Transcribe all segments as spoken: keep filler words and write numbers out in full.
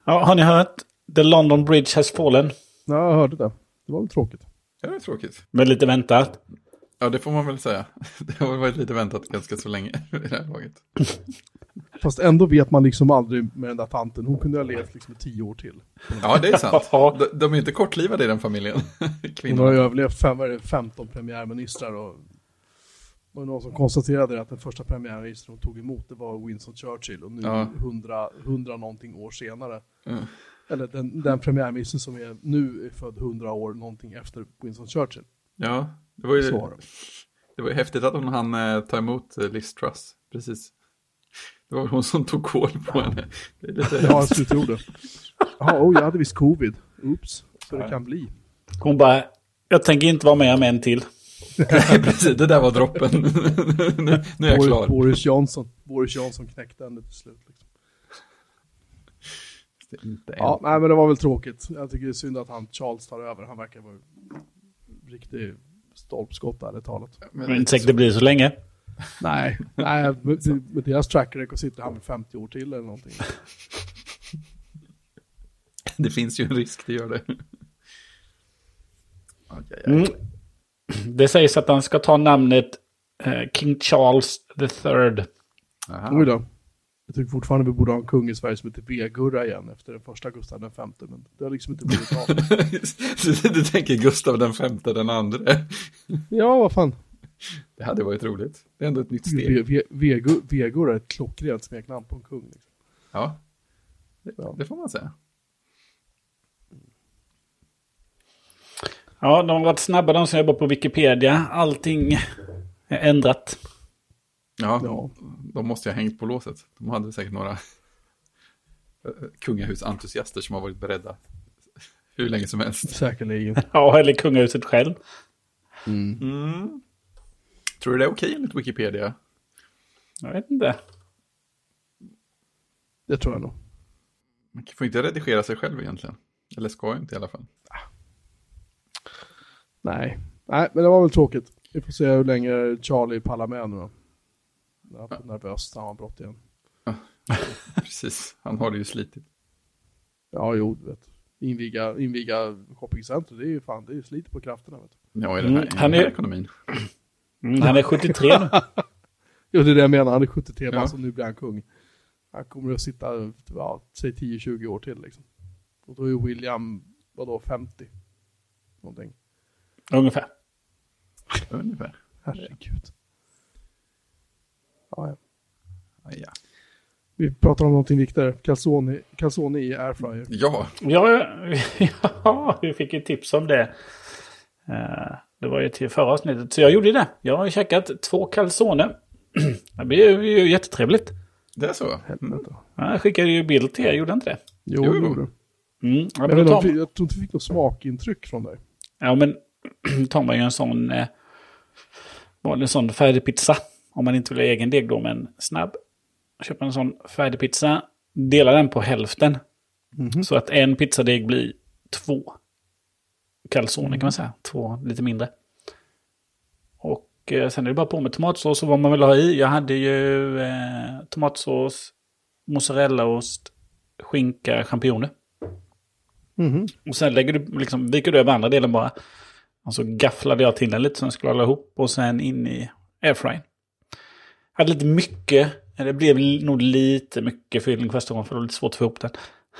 Ja, har ni hört? The London Bridge has fallen. Ja, jag hörde det. Det var väl tråkigt. Ja, det är tråkigt. Men lite väntat. Ja, det får man väl säga. Det har varit lite väntat ganska så länge i det här laget. Fast ändå vet man liksom aldrig med den där tanten. Hon kunde ha levt liksom tio år till. Ja, det är sant. De, de är inte kortlivade i den familjen. Hon har ju överlevt fem, femton premiärministrar och det var någon som konstaterade att den första premiärministern hon tog emot det var Winston Churchill och nu Ja. hundra, hundra någonting år senare. Mm. Eller den, den premiärministern som är nu är född hundra år någonting efter Winston Churchill. Ja, det var ju, Så. det var ju häftigt att hon hann eh, ta emot eh, Liz Truss. Precis. Det var hon som tog koll på henne. Det är lite Ja, jag skulle tro det. Ja, oh, jag hade visst covid. Oops, så Ja. det kan bli. Hon bara, jag tänker inte vara med om en till. precis, det där var droppen. nu, nu är jag Boris, klar. Boris Johnson. Boris Johnson knäckte henne till slut. Liksom. Det är inte Ja, nej, men det var väl tråkigt. Jag tycker det är synd att han Charles tar över. Han verkar vara riktigt stolpskott ärligt talat. Men inte säkert det blir så länge. Nej, nej med, med deras track record sitter han med femtio år till eller någonting. Det finns ju en risk, det gör det. Okay, ja. Mm. Det sägs att han ska ta namnet eh, King Charles the third. Oj då. Jag tycker fortfarande vi borde ha en kung i Sverige som heter V-Gurra igen efter den första Gustav den femte, men det har liksom inte blivit av. du, du tänker Gustav den femte, den andra. Ja, vad fan. Det hade varit roligt. Det är ändå ett nytt steg. V- V- V-Gurra är ett klockrent smeknamn på en kung. Liksom. Ja, det, Ja. det får man säga. Ja, de har varit snabba de som jobbar på Wikipedia. Allting är ändrat. Ja, Ja. de måste ju ha hängt på låset. De hade säkert några eh, kungahusentusiaster som har varit beredda hur länge som helst. Säkerligen. Ja, eller kungahuset själv. Mm. Mm. Tror du det är okej enligt Wikipedia? Jag vet inte. Det tror jag nog. Man får inte redigera sig själv egentligen. Eller ska jag inte i alla fall. Nej. Nej, men det var väl tråkigt. Vi får se hur länge Charlie pallar med nu då. Jag är nervös sammanbrott igen. Precis, han har det ju slitit. Ja, jo, du vet. Inviga, inviga shoppingcenter, det är ju fan, det är ju slitet på krafterna, vet du. Ja, i den här, Mm, i han den här är- ekonomin. Mm, han är sjuttiotre nu. Jo, det är det jag menar. Han är sjuttiotre, Ja. alltså nu blir han kung. Han kommer att sitta, ja, säg tio tjugo år till liksom. Och då är William, vadå, femtio? Någonting. Ungefär. Ungefär. Herregud. Ja, ja. Ja, ja. Vi pratar om någonting viktigare. Calzone, calzone i airfryer. ja, Ja, ja, vi fick ju tips om det. Eh, Det var ju till förra avsnittet. Så jag gjorde det. Jag har ju käkat två calzone. Det blir ju jättetrevligt. det är så. Helvete. Ja, jag skickade ju bild till er, gjorde inte det? Jo, Jo, jo. jo. gjorde du. Mm. Ja, Jag, men vet, då inte, tar, jag tror inte vi fick något smakintryck från dig. ja, men tar man ju en sån, eh, var det en sån färdig pizza. Om man inte vill ha egen deg då, men snabb. Köper en sån färdig pizza. Delar den på hälften. Mhm. Så att en pizzadeg blir två calzone kan man säga. Två lite mindre. Och eh, sen är det bara på med tomatsås och vad man vill ha i. Jag hade ju eh, tomatsås, mozzarellaost, skinka, champinjoner. Mhm. Och sen lägger du, liksom, viker du över andra delen bara. Och så gafflade jag till den lite så den skulle hålla ihop. Och sen in i airfryer. Jag hade lite mycket. Det blev nog lite mycket fyllning första gången för det var lite svårt att få ihop den.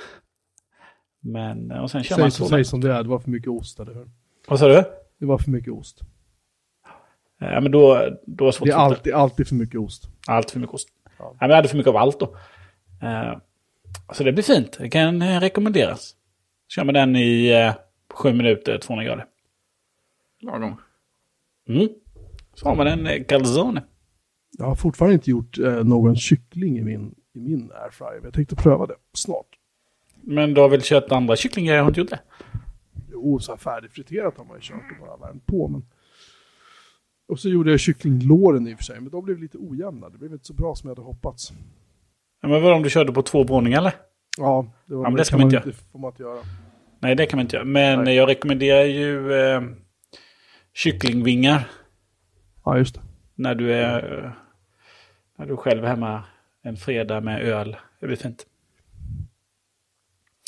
Men, och sen kör Säg, man så, så. säg som det är, det var för mycket ost. Eller hur? Vad sa du? Det var för mycket ost. Ja, men då, då var det svårt Det är att få ihop alltid, alltid för mycket ost. det. Allt för mycket ost. Ja. Ja, men jag hade för mycket av allt då. Uh, så det blir fint. Det kan uh, rekommenderas. Kör man den i uh, sju minuter, tvåhundra grader. Lagom. Mm. Så har man en uh, calzone. Jag har fortfarande inte gjort eh, någon kyckling i min, i min airfryer. Jag tänkte pröva det snart. Men du har väl kört andra kycklingar? Jag har inte gjort det. Jo, så här färdigfriterat har man ju kört och bara värmt på. Men... Och så gjorde jag kycklinglåren i och för sig, men de blev lite ojämna. Det blev inte så bra som jag hade hoppats. Ja, men vad om du körde på två våningar eller? Ja, det, var, Ja, men det ska kan man man inte inte, får man inte göra. Nej, det kan man inte göra. Men Nej. jag rekommenderar ju eh, kycklingvingar Ja, just det. när du är eh, när du själv är hemma en fredag med öl. Det blir fint.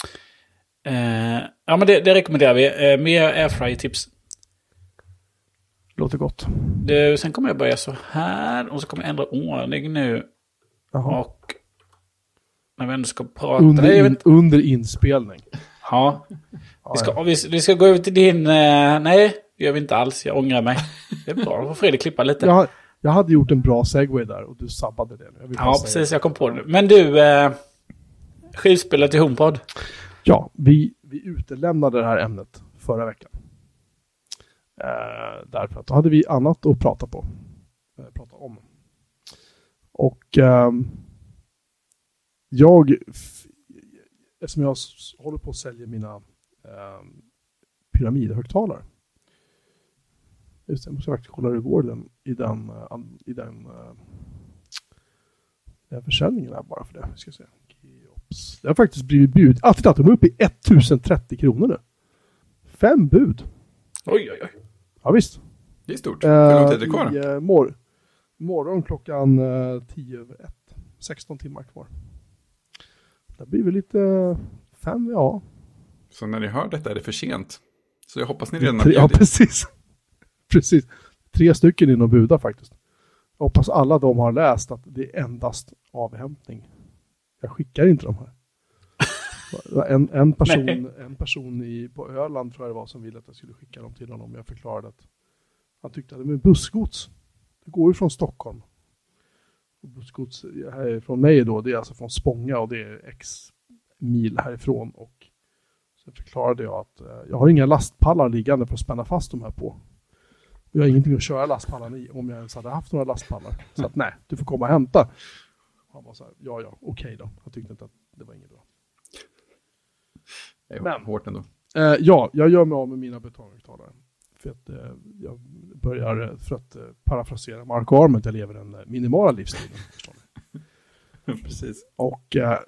Eh, ja, men det, det rekommenderar vi. Eh, mer airfryer-tips. Låter gott. Det, sen kommer jag börja så här. Och så kommer jag ändra ordning nu. Jaha. Och när vi ändå ska prata... Under, Nej, jag in, vet, under inspelning. ja. Ja, Vi ska, ja. vi, vi ska gå över till din... Eh, nej, det gör vi inte alls. Jag ångrar mig. Det är bra. Då får Fredrik klippa lite. Jag, jag hade gjort en bra segway där och du sabbade det. Jag vill bara Ja, säga precis. det. Jag kom på det. Men du, eh, skivspelet till HomePod. Ja, vi, vi utelämnade det här ämnet förra veckan. Eh, därför att då hade vi annat att prata på. Eh, prata om. Och ehm, jag, f- eftersom jag s- håller på att sälja mina ehm, pyramidhögtalare. Just det, jag måste faktiskt kolla hur det går i den, i den, eh, an- i den, eh, den försäljningen här bara för det. Vi ska se. Geops. Det har faktiskt blivit bud. Ah, titta, de är uppe i tusen trettio kronor nu. Fem bud. Oj, oj, oj. Ja, visst. Det är stort. Hur lång tid är det Eh, kvar? I uh, mor- morgon klockan uh, tio över ett. sexton timmar kvar. Det blir väl lite uh, fem, ja. Så när ni hör detta är det för sent. Så jag hoppas ni redan har Tre, ja, bjudit. precis. precis. Tre stycken in och budar faktiskt. Jag hoppas alla de har läst att det är endast avhämtning. Jag skickar inte de här. En, en person, en person i, på Öland tror jag det var som ville att jag skulle skicka dem till honom. Jag förklarade att han tyckte att det med bussgods. Det går ju från Stockholm. Och bussgods från mig då, det är alltså från Spånga och det är x mil härifrån. Och så förklarade jag att eh, jag har inga lastpallar liggande för att spänna fast de här på. Och jag har ingenting att köra lastpallarna i om jag ens hade haft några lastpallar. Så att nej, du får komma och hämta. Och han var så här, ja ja, okej då. Han tyckte inte att det var inget bra. Det är Men- hårt ändå. Eh, ja, jag gör mig av med mina betonghögtalare. För att eh, jag börjar, eh, för att eh, parafrasera Mark Arment, jag lever den eh, minimala livsstilen. förstår ni. Precis. Och eh,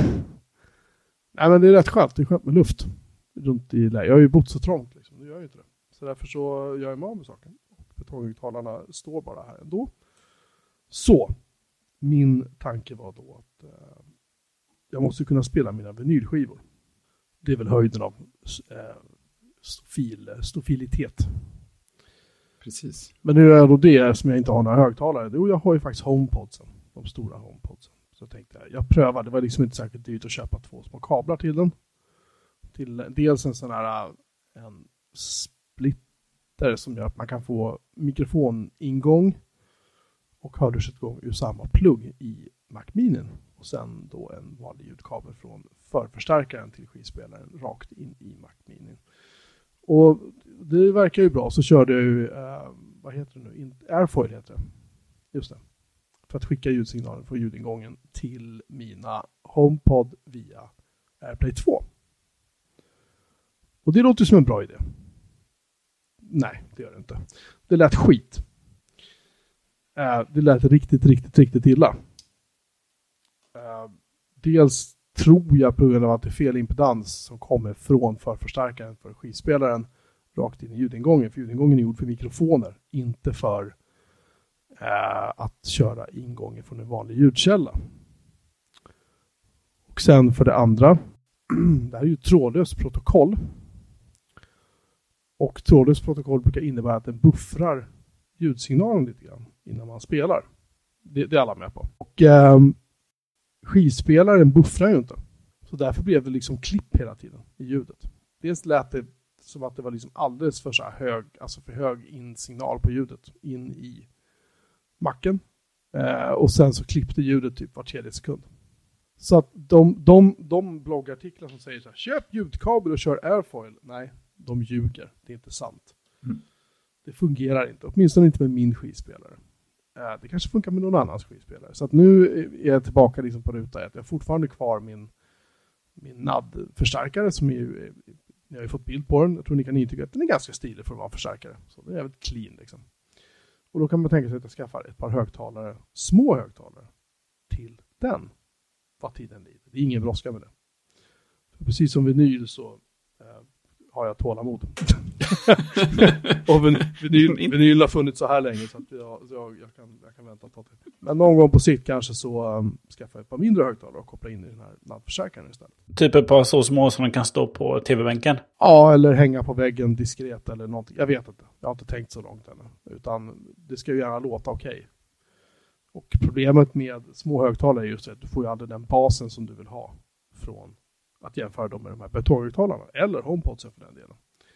nej, men det är rätt skönt, det är skönt med luft runt i läget. Jag har ju bott så trångt liksom, nu gör jag ju inte det. Så därför så gör jag mig av med saken. Och betonghögtalarna står bara här ändå. Så, min tanke var då att eh, jag måste kunna spela mina vinylskivor. Det är väl höjden av eh, stofil, stofilitet. Precis. Men nu är jag då det som jag inte har några högtalare. Jo, jag har ju faktiskt HomePodsen. De stora HomePodsen. Så jag tänkte jag, jag prövar. Det var liksom inte särskilt dyrt att köpa två små kablar till den. Till dels en sån här en splitter som gör att man kan få mikrofoningång och hörlursutgång ur samma plugg i Mac Mini. Och sen då en vanlig ljudkabel från förförstärkaren till skivspelaren rakt in i Mac Mini. Och det verkar ju bra. Så körde jag ju, eh, vad heter det nu? Airfoil heter det. Just det. För att skicka ljudsignalen från ljudingången till mina HomePod via AirPlay två. Och det låter som en bra idé. Nej, det gör det inte. Det lät skit. Eh, det lät riktigt, riktigt, riktigt illa. Uh, dels tror jag på grund av att det är fel impedans som kommer från förförstärkaren för skivspelaren rakt in i ljudingången. För ljudingången är gjord för mikrofoner, inte för uh, att köra ingången från en vanlig ljudkälla. Och sen för det andra, det här är ju trådlöst protokoll. Och trådlöst protokoll brukar innebära att den buffrar ljudsignalen lite grann innan man spelar. Det, det är alla med på. Och um, skivspelaren buffrar ju inte. Så därför blev det liksom klipp hela tiden i ljudet. Dels lät det som att det var liksom alldeles för så här hög, alltså för hög in-signal på ljudet in i macken. Eh, och sen så klippte ljudet typ var tredje sekund. Så att de, de, de bloggartiklar som säger så här, köp ljudkabel och kör Airfoil. Nej, de ljuger. Det är inte sant. Mm. Det fungerar inte. Åtminstone inte med min skivspelare. Det kanske funkar med någon annans skivspelare. Så att nu är jag tillbaka liksom på ruta ett. Jag har fortfarande kvar min, min N A D-förstärkare som är ju, jag har ju fått bild på den. Jag tror ni kan intyga att den är ganska stilig för att vara en förstärkare. Så det är väldigt clean liksom. Och då kan man tänka sig att jag skaffar ett par högtalare, små högtalare till den. Vad tiden lider. Det är ingen brådska med det. För precis som vinyl så eh, har jag tålamod. Och vin, vinyl, vinyl har funnits så här länge så att jag, så jag, jag, kan, jag kan vänta ett tag till. Men någon gång på sikt kanske så um, skaffa ett par mindre högtalare och koppla in i den här laddförstärkaren istället. Typ ett par så små som de kan stå på tv-bänken? Ja, eller hänga på väggen diskret eller någonting. Jag vet inte. Jag har inte tänkt så långt ännu. Utan det ska ju gärna låta okej. Okay. Och problemet med små högtalare är just att du får ju aldrig den basen som du vill ha från att jämföra dem med de här betonghögtalarna. Eller HomePodsen för den delen.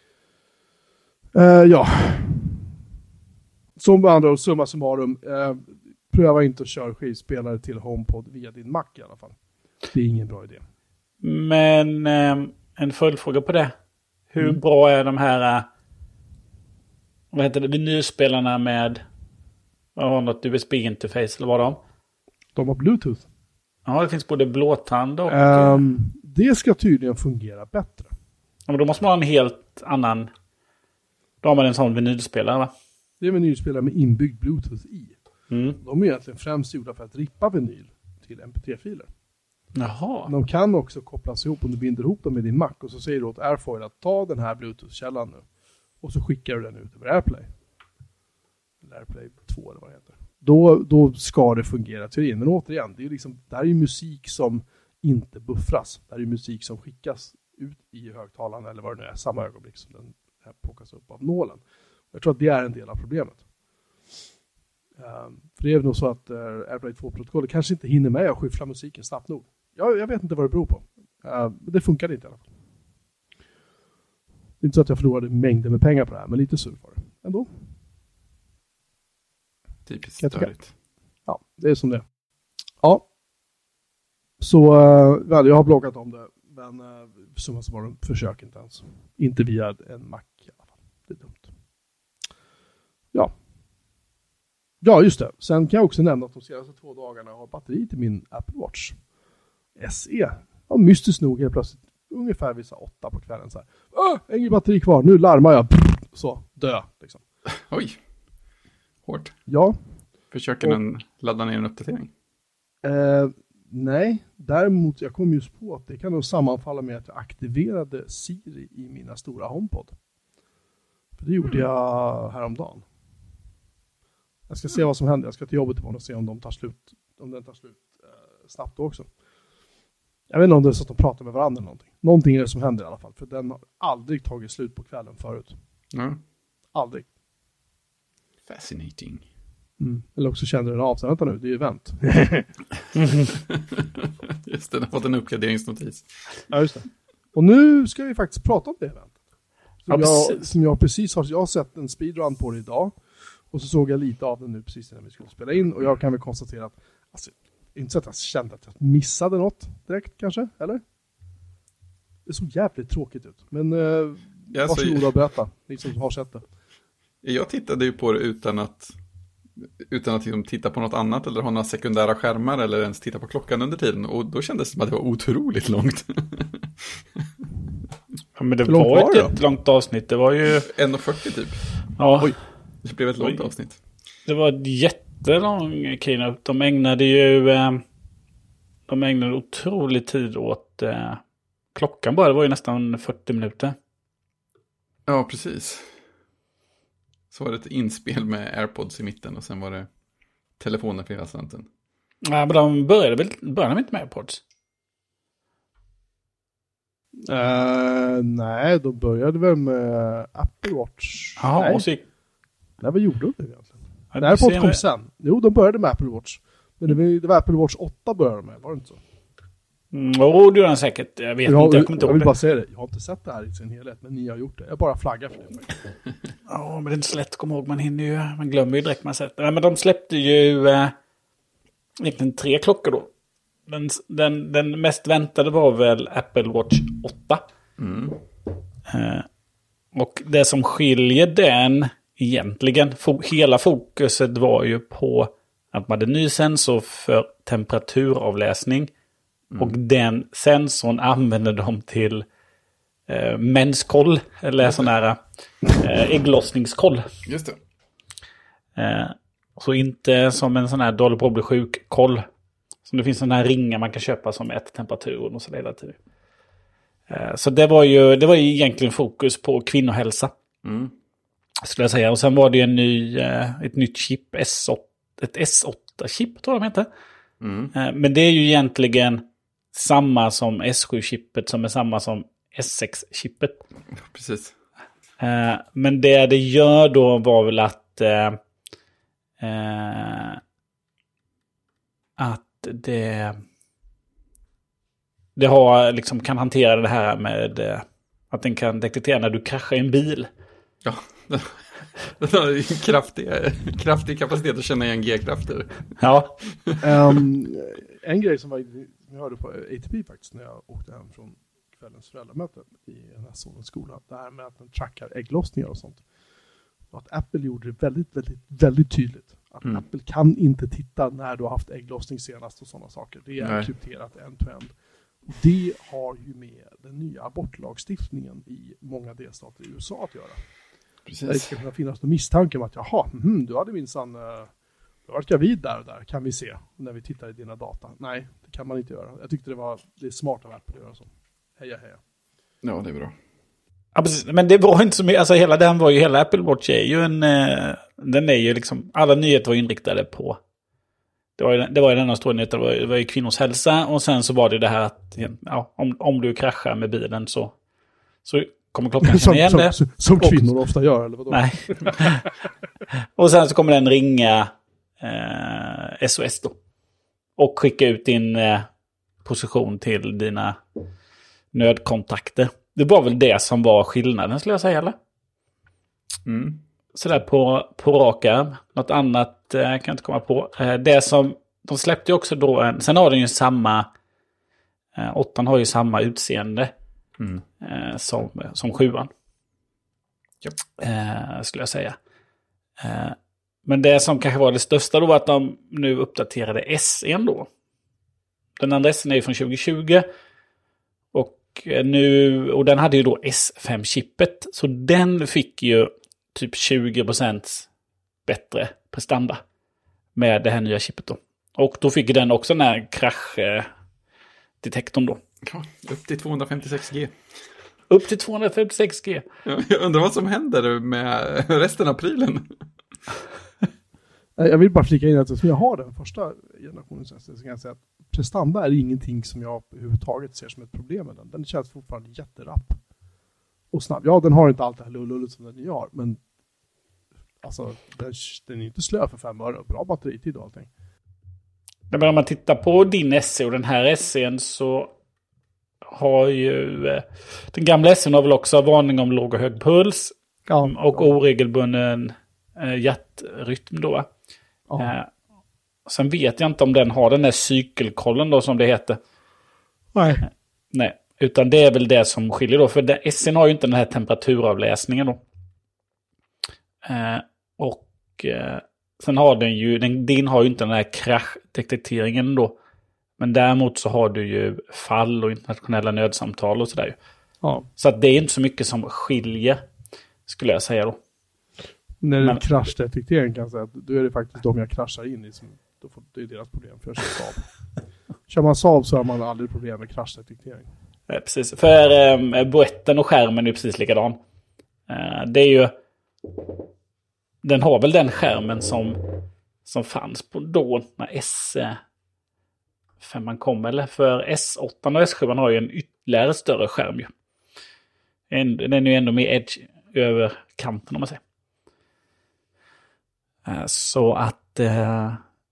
Uh, ja. Som med andra ord, summa summarum. Uh, pröva inte att köra skivspelare till HomePod via din Mac i alla fall. Det är ingen bra idé. Men eh, en följdfråga på det. Hur mm. bra är de här uh, vad heter det, vinylspelarna med har något U S B-interface eller vad de? De har Bluetooth. Ja, det finns både blåtand och... Um, det ska tydligen fungera bättre. Ja, men då måste man ha en helt annan... Då har man en sån vinylspelare, va? Det är en vinylspelare med inbyggd Bluetooth i. Mm. De är egentligen främst gjorda för att rippa vinyl till M P tre-filer. Jaha. De kan också kopplas ihop om du binder ihop dem med din Mac och så säger du åt Airfoil att ta den här Bluetooth-källan nu. Och så skickar du den ut över AirPlay. Eller AirPlay två eller vad det heter. Då, då ska det fungera teorin. Men återigen, det är liksom, det här är ju musik som inte buffras. Det här är musik som skickas ut i högtalarna eller vad det nu är, samma ögonblick som den här plockas upp av nålen. Jag tror att det är en del av problemet. Um, för det är nog så att uh, AirPlay två-protokollet kanske inte hinner med att skyffla musiken snabbt nog. Jag, jag vet inte vad det beror på. Uh, det funkar inte i alla fall. Det är inte så att jag förlorade mängder med pengar på det här, men lite sur var det ändå. Typiskt störigt. Ja, det är som det. Ja. Så uh, jag har bloggat om det, men uh, summa summarum, försök inte ens. Inte via en Mac i alla fall. Det är dumt. Ja. Ja, just det. Sen kan jag också nämna att de senaste två dagarna har batteri till min Apple Watch S E. Ja, mystiskt nog helt plötsligt ungefär vid åtta på kvällen så här. Åh, ingen batteri kvar. Nu larmar jag. Så, dö liksom. Oj. Hårt. Ja. Försöker och, den ladda ner en uppdatering? Eh, nej, däremot jag kom just på att det kan nog sammanfalla med att jag aktiverade Siri i mina stora HomePod. För det gjorde mm. jag häromdagen. Jag ska se mm. vad som händer. Jag ska till jobbet på och se om de tar slut, om den tar slut eh, snabbt också. Jag vet inte om det är så att de pratar med varandra eller någonting. Någonting är det som händer i alla fall. För den har aldrig tagit slut på kvällen förut. Mm. Aldrig. Fascinating. Mm. Eller också känner den av sig. Vänta nu, det är ju event. Just det, den har fått en uppgraderingsnotis. Ja, just det. Och nu ska vi faktiskt prata om det eventet. Som, ja, jag, som jag precis har, jag har sett en speedrun på det idag. Och så såg jag lite av den nu precis innan vi skulle spela in. Och jag kan väl konstatera att, alltså, inte så att jag kände att jag missade något direkt kanske, eller? Det såg jävligt tråkigt ut. Men eh, ja, varsågoda och berätta, ni som har sett det. Jag tittade ju på det utan att utan att liksom titta på något annat eller ha några sekundära skärmar eller ens titta på klockan under tiden. Och då kändes det som att det var otroligt långt. Ja, men det var, var ett, ett långt avsnitt. Det var ju... en fyrtio typ. Ja. Oj, det blev ett långt Oj. avsnitt. Det var ett jättelång keynote. De ägnade ju... Eh, de ägnade otrolig tid åt... Eh, klockan bara. Det var ju nästan fyrtio minuter. Ja, precis. Så var det ett inspel med AirPods i mitten och sen var det telefonen för hela slanten. Ja, men de började väl började de inte med AirPods? Uh, nej, de började väl med Apple Watch. Ja, nej. och så gick... Nej, vad gjorde de egentligen? Ja, Nej, AirPods kom sen. Jo, de började med Apple Watch. Men det var, det var Apple Watch åtta började med, var det inte så? Mm, jo, det gjorde han säkert. Jag vet jag, inte, jag kommer inte ihåg Jag vill det. bara säga det. Jag har inte sett det här i sin helhet, men ni har gjort det. Jag bara flaggar för det. Ja, men det är inte så lätt att komma ihåg. Man hinner ju, man glömmer ju direkt man sett det. Men de släppte ju eh, egentligen tre klockor då. Den, den, den mest väntade var väl Apple Watch åtta. Mm. Eh, och det som skiljer den egentligen, fo- hela fokuset var ju på att man hade en ny sensor för temperaturavläsning. Mm. Och den sensorn använder de till eh, menskoll, eller sån här eh, ägglossningskoll. Just det. Eh, så inte som en sån här dålig på att bli sjuk-koll. Som det finns såna här ringar man kan köpa som mäter temperaturen och så hela tiden. Eh, så det var ju det var ju egentligen fokus på kvinnohälsa. Mm. Skulle jag säga. Och sen var det en ny, ett nytt chip, S åtta, ett S åtta-chip tror jag de heter. Mm. Men det är ju egentligen samma som S sju-chippet som är samma som S sex-chippet. Precis. Men det det gör då var väl att eh, att det det har liksom kan hantera det här med att den kan detektera när du kraschar i en bil. Ja, den har ju kraftig, kraftig kapacitet att känna igen G-krafter. Ja. um, en grej som var, jag hörde på A T P faktiskt när jag åkte hem från kvällens föräldramöte i den här sonens skola. Det här med att den trackar ägglossningar och sånt. Och att Apple gjorde det väldigt, väldigt, väldigt tydligt. Att mm. Apple kan inte titta när du har haft ägglossning senast och sådana saker. Det är Nej. krypterat end-to-end. Och det har ju med den nya abortlagstiftningen i många delstater i U S A att göra. Precis. Det ska kunna finnas någon misstanke om att jaha, mm, du hade minsann uh, du har varit gravid där och där, kan vi se när vi tittar i dina data. Nej, det kan man inte göra. Jag tyckte det var det är smart av Apple att göra så. Heja, heja. Ja, det är bra. Ja, precis. Men det var inte så mycket, alltså hela den var ju, hela Apple Watch är ju en, eh, den är ju liksom, alla nyheter var inriktade på, det var ju, det var ju denna stora nyhet, det var, det var ju kvinnors hälsa och sen så var det det här att, ja, om, om du kraschar med bilen så, så kommer klockan känna igen det. Som, som kvinnor och, ofta gör, eller vadå? Nej. Och sen så kommer den ringa eh, S O S då. Och skicka ut din eh, position till dina nödkontakter. Det var väl det som var skillnaden, skulle jag säga, eller? Mm. Sådär på, på rak arm. Något annat eh, kan jag inte komma på. Eh, det som, de släppte ju också då en, sen har den ju samma, eh, åttan har ju samma utseende mm. eh, som, som sjuan. Yep. Eh, skulle jag säga. Eh, men det som kanske var det största då var att de nu uppdaterade S E då. Den andra S E är ju från tjugo tjugo. Och nu, och den hade ju då S fem-chippet. Så den fick ju typ tjugo procent bättre prestanda med det här nya chippet då. Och då fick den också den här kraschdetektorn då. Ja, upp till tvåhundrafemtiosex G. Upp till tvåhundrafemtiosex G. Ja, jag undrar vad som händer med resten av prylen. Jag vill bara flika in att som jag har den första generationen så kan jag säga att prestanda är ingenting som jag överhuvudtaget ser som ett problem med den. Den känns fortfarande jätterapp och snabb. Ja, den har inte allt det här lullullet som den nya har, men alltså, den, den är inte slö för fem öre. Bra batteritid och allting. Men om man tittar på din S E och den här S E:n så har ju eh, den gamla S E:n har väl också varning om låg och hög puls ja, och ja. oregelbunden eh, hjärtrytm då. Ja. Eh, sen vet jag inte om den har den här cykelkollen då som det heter. Nej. Nej, utan det är väl det som skiljer då. För det, S E:n har ju inte den här temperaturavläsningen då. Eh, och eh, sen har den ju, den, din har ju inte den här kraschdetekteringen då. Men däremot så har du ju fall och internationella nödsamtal och sådär. Ja. Så att det är inte så mycket som skiljer, skulle jag säga då. När det är Men, kraschdetektering kan jag säga att då är det faktiskt de jag kraschar in i som då får, det är deras problem för jag kör Saab. Kör man Saab så har man aldrig problem med kraschdetektering. eh, precis, för eh, boetten och skärmen är precis likadan. Eh, det är ju, den har väl den skärmen som, som fanns på då när S fem kom, eller för S åtta och S sju har ju en ytterligare större skärm ju. Den är ju ändå med edge över kanten om man säger. Så att eh,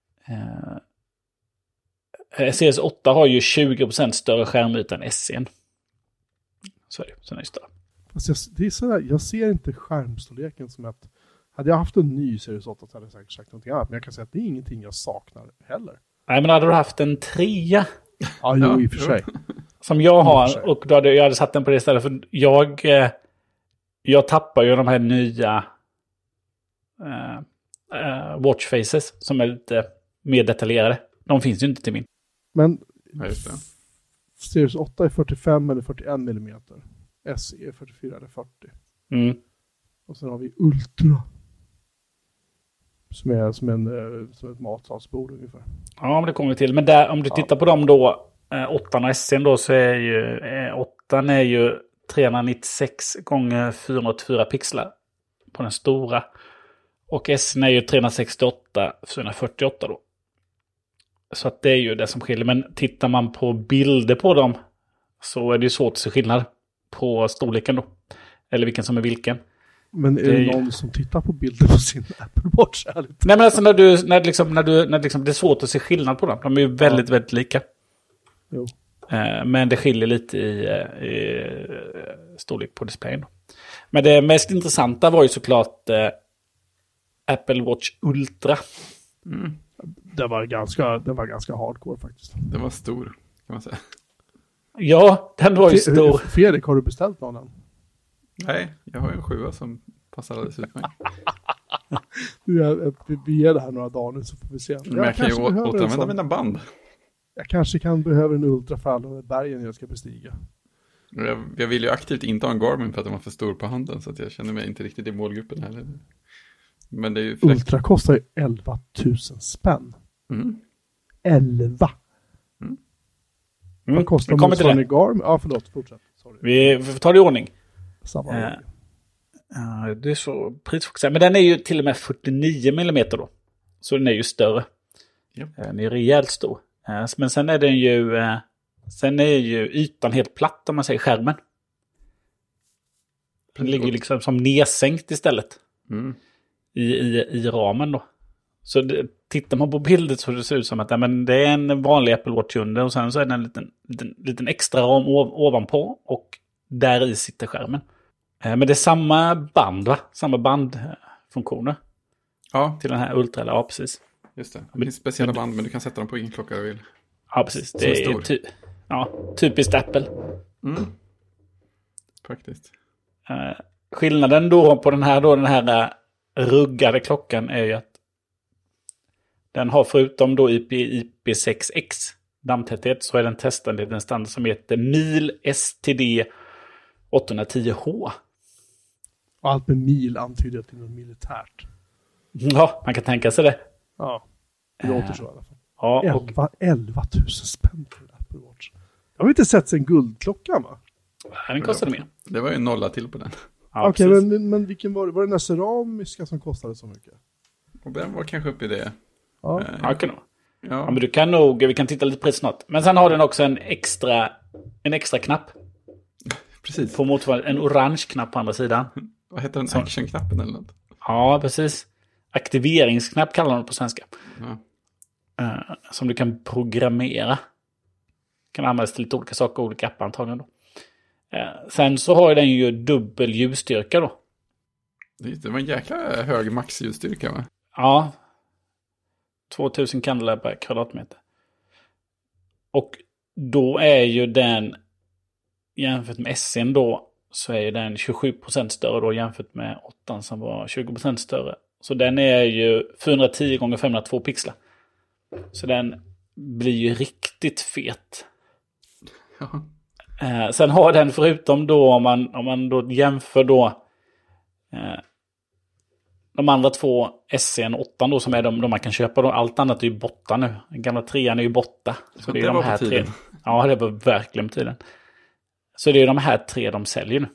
eh, C S åtta har ju tjugo procent större skärmyta än S E:n. Så är det, sen är det större. Alltså jag, det är sådär, jag ser inte skärmstorleken som att hade jag haft en ny Series åtta så hade jag säkert sagt någonting annat. Men jag kan säga att det är ingenting jag saknar heller. Nej, men hade du haft en trea? Ja, jo, i och för sig. Som jag har, och då hade jag hade satt den på det stället. För jag, eh, jag tappar ju de här nya eh, eh, watch faces som är lite mer detaljerade. De finns ju inte till min. Men ja, just det. Series åtta är fyrtiofem eller fyrtioen millimeter. S E är fyrtiofyra eller fyrtio. Mm. Och sen har vi Ultra. Som är som, en, som ett matsalsbord ungefär. Ja, men det kommer vi till. Men där, om du tittar ja. på dem då, eh, åttan och S E:n då, så är ju eh, åttan är ju trehundranittiosex gånger fyrahundraåttiofyra pixlar. på den stora. Och S är ju trehundrasextioåtta fyrahundrafyrtioåtta då. Så att det är ju det som skiljer. Men tittar man på bilder på dem så är det ju svårt att se skillnad på storleken då. Eller vilken som är vilken. Men är det, det är någon ju... som tittar på bilder på sin Apple Watch? Ärligt? Nej men alltså när du, när liksom, när du, när liksom, det är svårt att se skillnad på dem. De är ju väldigt, ja. väldigt lika. Jo. Eh, men det skiljer lite i, i storlek på displayen då. Men det mest intressanta var ju såklart eh, Apple Watch Ultra. Mm. Det var ganska, det var ganska hardcore faktiskt. Den var stor, kan man säga. Ja, den var ju stor. Fredrik, har du beställt någon än? Nej, jag har ju en sjua som passar alldeles utmärkt. Vi ger det här några dagar nu så får vi se. Men jag, jag kan ju å- återanvända mina band. Jag kanske kan behöva en Ultra för alla de bergen jag ska bestiga. Jag, jag vill ju aktivt inte ha en Garmin för att den var för stor på handen. Så att jag känner mig inte riktigt i målgruppen heller. Men det är ju fräckt. Ultra kostar ju elva tusen spänn. Mm. elva. Mm. Vad kostar mm, motsvarande Garmin? Ja, förlåt. Fortsätt. Sorry. Vi, vi får ta det i ordning. Samma uh, uh, det är så prisfokuserat. Men den är ju till och med fyrtionio millimeter då. Så den är ju större. Yep. Uh, den är rejält stor. Uh, men sen är den ju... Uh, sen är ju ytan helt platt om man säger skärmen. Den ligger ju liksom som nedsänkt istället. Mm. I, i, i ramen då. Så det, tittar man på bilden så det ser ut som att ja, men det är en vanlig Apple Watch under och sen så är det en liten, liten, liten extra ram ov, ovanpå och där i sitter skärmen. Eh, men det är samma band va? Samma bandfunktioner. Ja. Till den här Ultra, eller ja precis. Just det. Det finns speciella band men du kan sätta dem på ingen klocka du vill. Ja precis. Det är, är ty, ja, typiskt Apple. Mm. Praktiskt. Eh, skillnaden då på den här då, den här ruggade klockan är ju att den har förutom då I P sex X dammtäthet så är den testad i den standard som heter Mil S T D åttahundratio H. Allt med mil antyder till något militärt. Ja, man kan tänka sig det. Ja, det låter så i alla fall. Ja, och... elva tusen spänn för en Apple Watch. Jag har inte sett sen guldklockan va? Ja, den kostade mer. Det var ju en nolla till på den. Ja, okej, okay, men, men vilken var det? Var det den där ceramiska som kostade så mycket? Och den var kanske uppe i det. Ja, eh, ja, kan nog. Ja. Ja, men du kan nog, vi kan titta lite på snart. Men sen har den också en extra, en extra knapp. Precis. På motsvarande, en orange knapp på andra sidan. Vad heter den? Så. Action-knappen eller något? Ja, precis. Aktiveringsknapp kallar man det på svenska. Ja. Uh, som du kan programmera. Kan användas till lite olika saker, olika appar antagligen då. Uh, sen så har den ju dubbel ljusstyrka då. Det var en jäkla hög maxljusstyrka va? Ja. tvåtusen kandlar per kvadratmeter. Och då är ju den jämfört med S N då så är den tjugosju procent större då jämfört med åtta som var tjugo procent större. Så den är ju fyrahundratio gånger femhundratvå pixlar. Så den blir ju riktigt fet. Ja. Eh, sen har den förutom då om man, om man då jämför då eh, de andra två S N åtta då som är de, de man kan köpa då. Allt annat är ju borta nu. Den gamla trean är ju borta. Så Ja, det är det de var här på tiden. tre. Ja, det var verkligen på tiden. Så det är de här tre de säljer nu.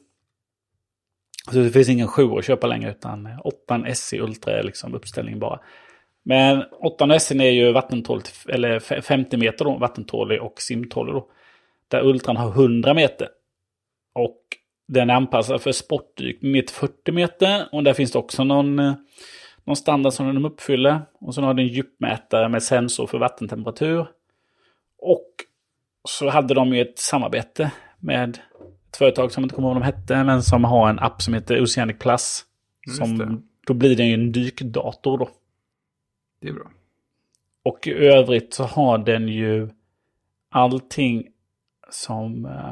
Så det finns ingen sju att köpa längre utan åttan S E Ultra är liksom uppställningen bara. Men åttan S E är ju vattentålig, eller femtio meter då, vattentålig och simtålig då. Där Ultran har hundra meter. Och den är anpassad för sportdyk med fyrtio meter. Och där finns det också någon, någon standard som de uppfyller. Och så har den en djupmätare med sensor för vattentemperatur. Och så hade de ju ett samarbete med ett företag som inte kommer ihåg vad de hette. Men som har en app som heter Oceanic Plus. Som, då blir det ju en dykdator då. Det är bra. Och i övrigt så har den ju allting som... Eh,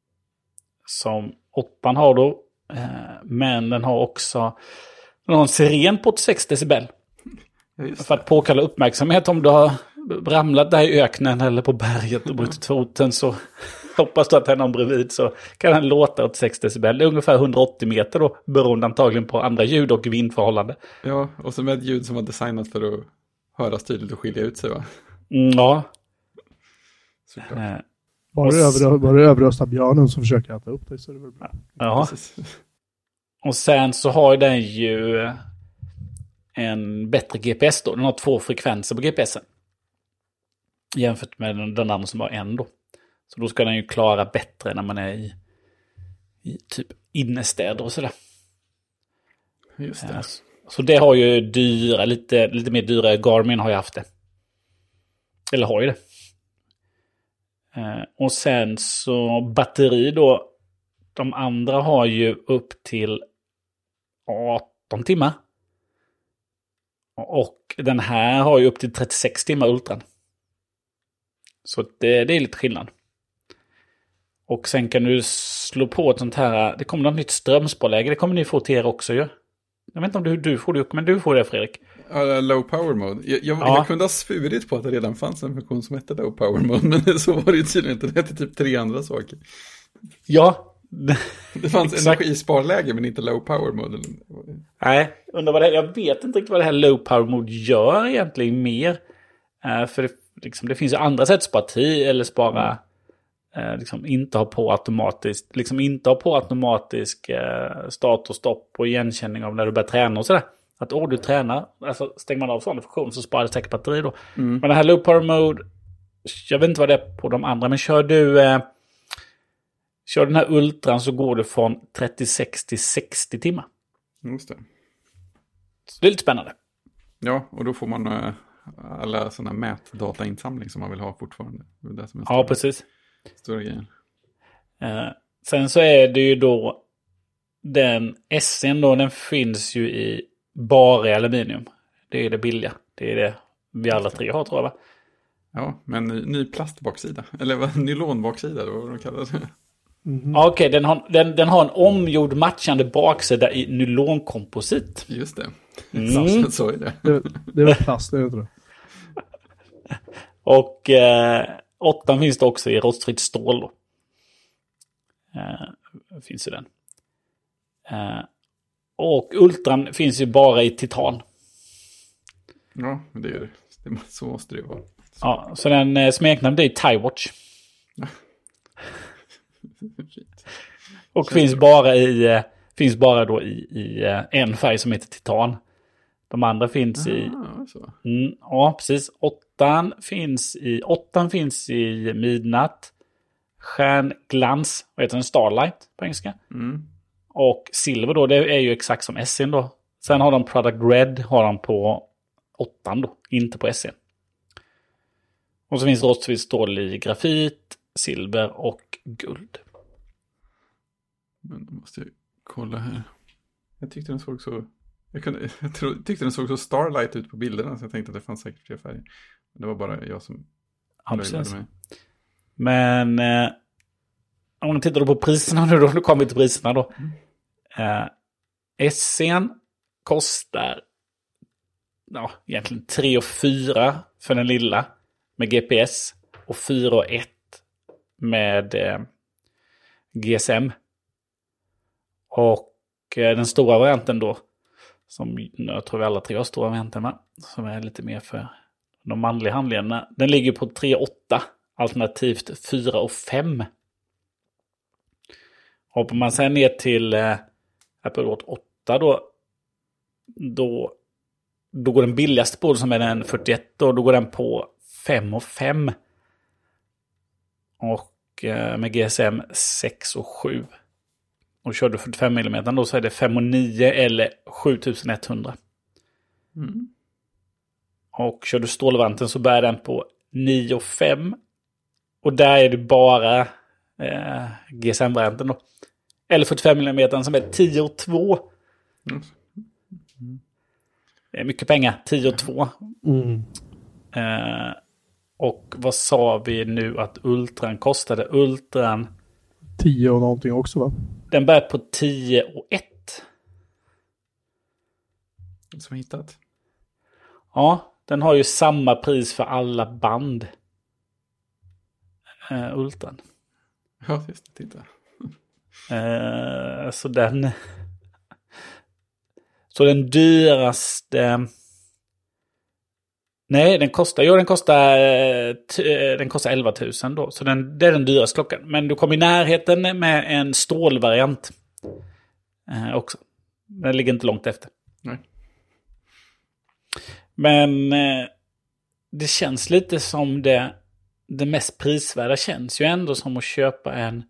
som åttan har då. Eh, men den har också den har en siren på åttiosex decibel. Ja, för att påkalla uppmärksamhet om du har ramlat där i öknen eller på berget och brutit foten så hoppas du att det är någon bredvid så kan den låta åttiosex decibel. Det är ungefär hundraåttio meter då, beroende antagligen på andra ljud och vindförhållande. Ja, och så med ett ljud som var designat för att höras tydligt och skilja ut sig va? Mm, ja. Såklart. Eh, Bara, över, bara överrösta björnen som försöker äta upp dig så är det väl bra. ja. Och sen så har den ju en bättre G P S då. Den har två frekvenser på G P S:en. Jämfört med den, den andra som har en då. Så då ska den ju klara bättre när man är i, i typ innestäder och sådär. Just det. Så, så det har ju dyra, lite, lite mer dyra. Garmin har ju haft det. Eller har ju det. Eh, och sen så batteri då. De andra har ju upp till arton timmar. Och den här har ju upp till trettiosex timmar ultran. Så det, det är lite skillnad. Och sen kan du slå på ett sånt här. Det kommer något nytt strömsparläge. Det kommer ni få till er också ju. Jag vet inte om du, du får det, men du får det, Fredrik. Uh, low power mode. Jag, jag, ja. jag kunde ha svurit på att det redan fanns en funktion som hette low power mode. Men så var det ju tydligen inte. Det hette typ tre andra saker. Ja. Det fanns energisparläge men inte low power mode. Nej, undrar vad det är. Jag vet inte riktigt vad det här low power mode gör egentligen mer. Uh, för det, liksom, det finns ju andra sätt att spara tid eller spara... Mm. Uh, liksom inte ha på automatiskt. Liksom inte ha på automatisk uh, start och stopp och igenkänning av när du börjar träna och sådär. Att åh, du tränar. Alltså stänger man av sådana funktioner så sparar det säkert batteri då. Mm. Men det här low power mode. Jag vet inte vad det är på de andra. Men kör du... Uh, Kör den här ultran så går det från trettiosex till sextio timmar. Just det. Så det är lite spännande. Ja, och då får man äh, alla sådana mätdatainsamling som man vill ha fortfarande. Det är det som är ja, stora, precis. Stora grejen. Eh, sen så är det ju då den S N då, den finns ju i bara i aluminium. Det är det billiga. Det är det vi alla tre har, tror jag, va? Ja, men ny, ny plastbaksida. Eller vad, nylonbaksida, då, vad de kallar det. Mm. Okej, okay, den, har, den, den har en omgjord matchande baksida i nylonkomposit. Just det. Mm. Så är det. Det, det är väl plast, det är det. Och eh, åttan finns det också i rostfritt stål då. Eh, finns ju den. Eh, och ultran finns ju bara i titan. Ja, det är det. Så måste det vara. Så. Ja, så den eh, smeknamn det är TiWatch. Och Känns finns bra. bara i eh, finns bara då i, i eh, en färg som heter titan. De andra finns Aha, i så. Mm, ja, precis. Åttan finns i åttan finns i midnatt. Stjärnglans, vad heter den? Starlight på engelska. Mm. Och silver då, det är ju exakt som S N då. Sen har de Product Red har de på åttan då, inte på S N. Och så finns rostfritt stål i grafit, silver och guld. Men då måste jag kolla här. Jag tyckte den såg så... Jag, kunde, jag tro, tyckte den såg så Starlight ut på bilderna, så jag tänkte att det fanns säkert fler färger. Men det var bara jag som löjlade mig. Men eh, om du tittar då på priserna nu då, då kommer vi till priserna då. Mm. Eh, S N kostar ja, egentligen tre och fyra för den lilla med G P S och fyra och ett med eh, G S M. Och eh, den stora varianten då, som jag tror vi alla tre har stora varianten med, som är lite mer för de manliga handledarna, den ligger på tre och åtta alternativt fyra och fem. Hoppar man sen ner till eh, Apple Watch åtta då, då då går den billigaste på som är den fyrtioett och då går den på fem och fem. Och eh, med G S M sex och sju. Och kör du fyrtiofem millimeter då så är det fem och nio eller sjutusenetthundra. Mm. Och kör du stålvarianten så bär den på nio och fem. Och där är det bara eh, G S M-varianten då. Eller fyrtiofem millimeter som är tio och två. Mm. Det är mycket pengar, tio och två. Mm. Eh, och vad sa vi nu att Ultran kostade? Ultran... tio och någonting också, va? Den börjar på tio och ett. Som hittat. Ja, den har ju samma pris för alla band. Uh, Ultran. Ja, just det, titta. Uh, så den... så den dyraste... Nej, den kostar... Jo, den kostar... T- den kostar elva tusen då. Så den, det är den dyraste klockan. Men du kommer i närheten med en stålvariant. Uh, också. Den ligger inte långt efter. Nej. Men eh, det känns lite som det, det mest prisvärda känns ju ändå som att köpa en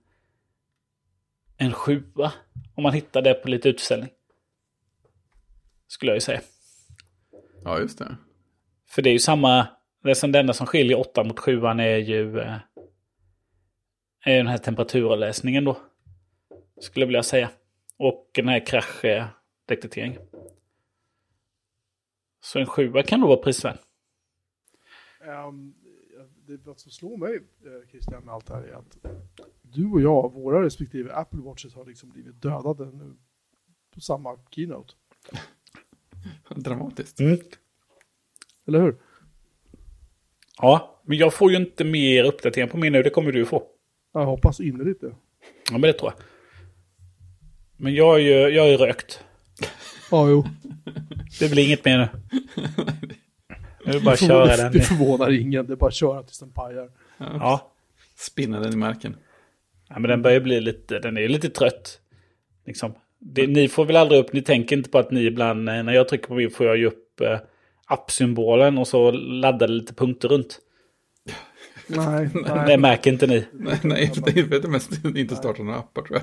en sjua. Om man hittar det på lite utförsäljning. Skulle jag ju säga. Ja, just det. För det är ju samma, det är som det enda som skiljer åtta mot sjuan är ju eh, är den här temperaturläsningen då. Skulle jag vilja säga. Och den här kraschdetekteringen. Så en sjua kan då vara prisvärd. Um, det som slår mig, Christian, med allt det här är att du och jag, våra respektive Apple Watches har liksom blivit dödade nu på samma keynote. Dramatiskt. Mm. Eller hur? Ja, men jag får ju inte mer uppdatering på min nu. Det kommer du få. Jag hoppas innerligt det. Ja, men det tror jag. Men jag är ju, jag är rökt. Ja, jo. Det blir inget mer nu. Nu är det bara det köra det, den. Det förvånar ingen. Det är bara att köra tills den pajar. Ja. Ja. Spinna den i marken. Ja, men den börjar bli lite, den är ju lite trött. Liksom. Det, ni får väl aldrig upp, ni tänker inte på att ni ibland, när jag trycker på min får jag ju upp eh, appsymbolen och så laddar det lite punkter runt. Nej, nej. Det märker inte ni. Nej, nej, jag vet mest inte starta några appar, tror jag.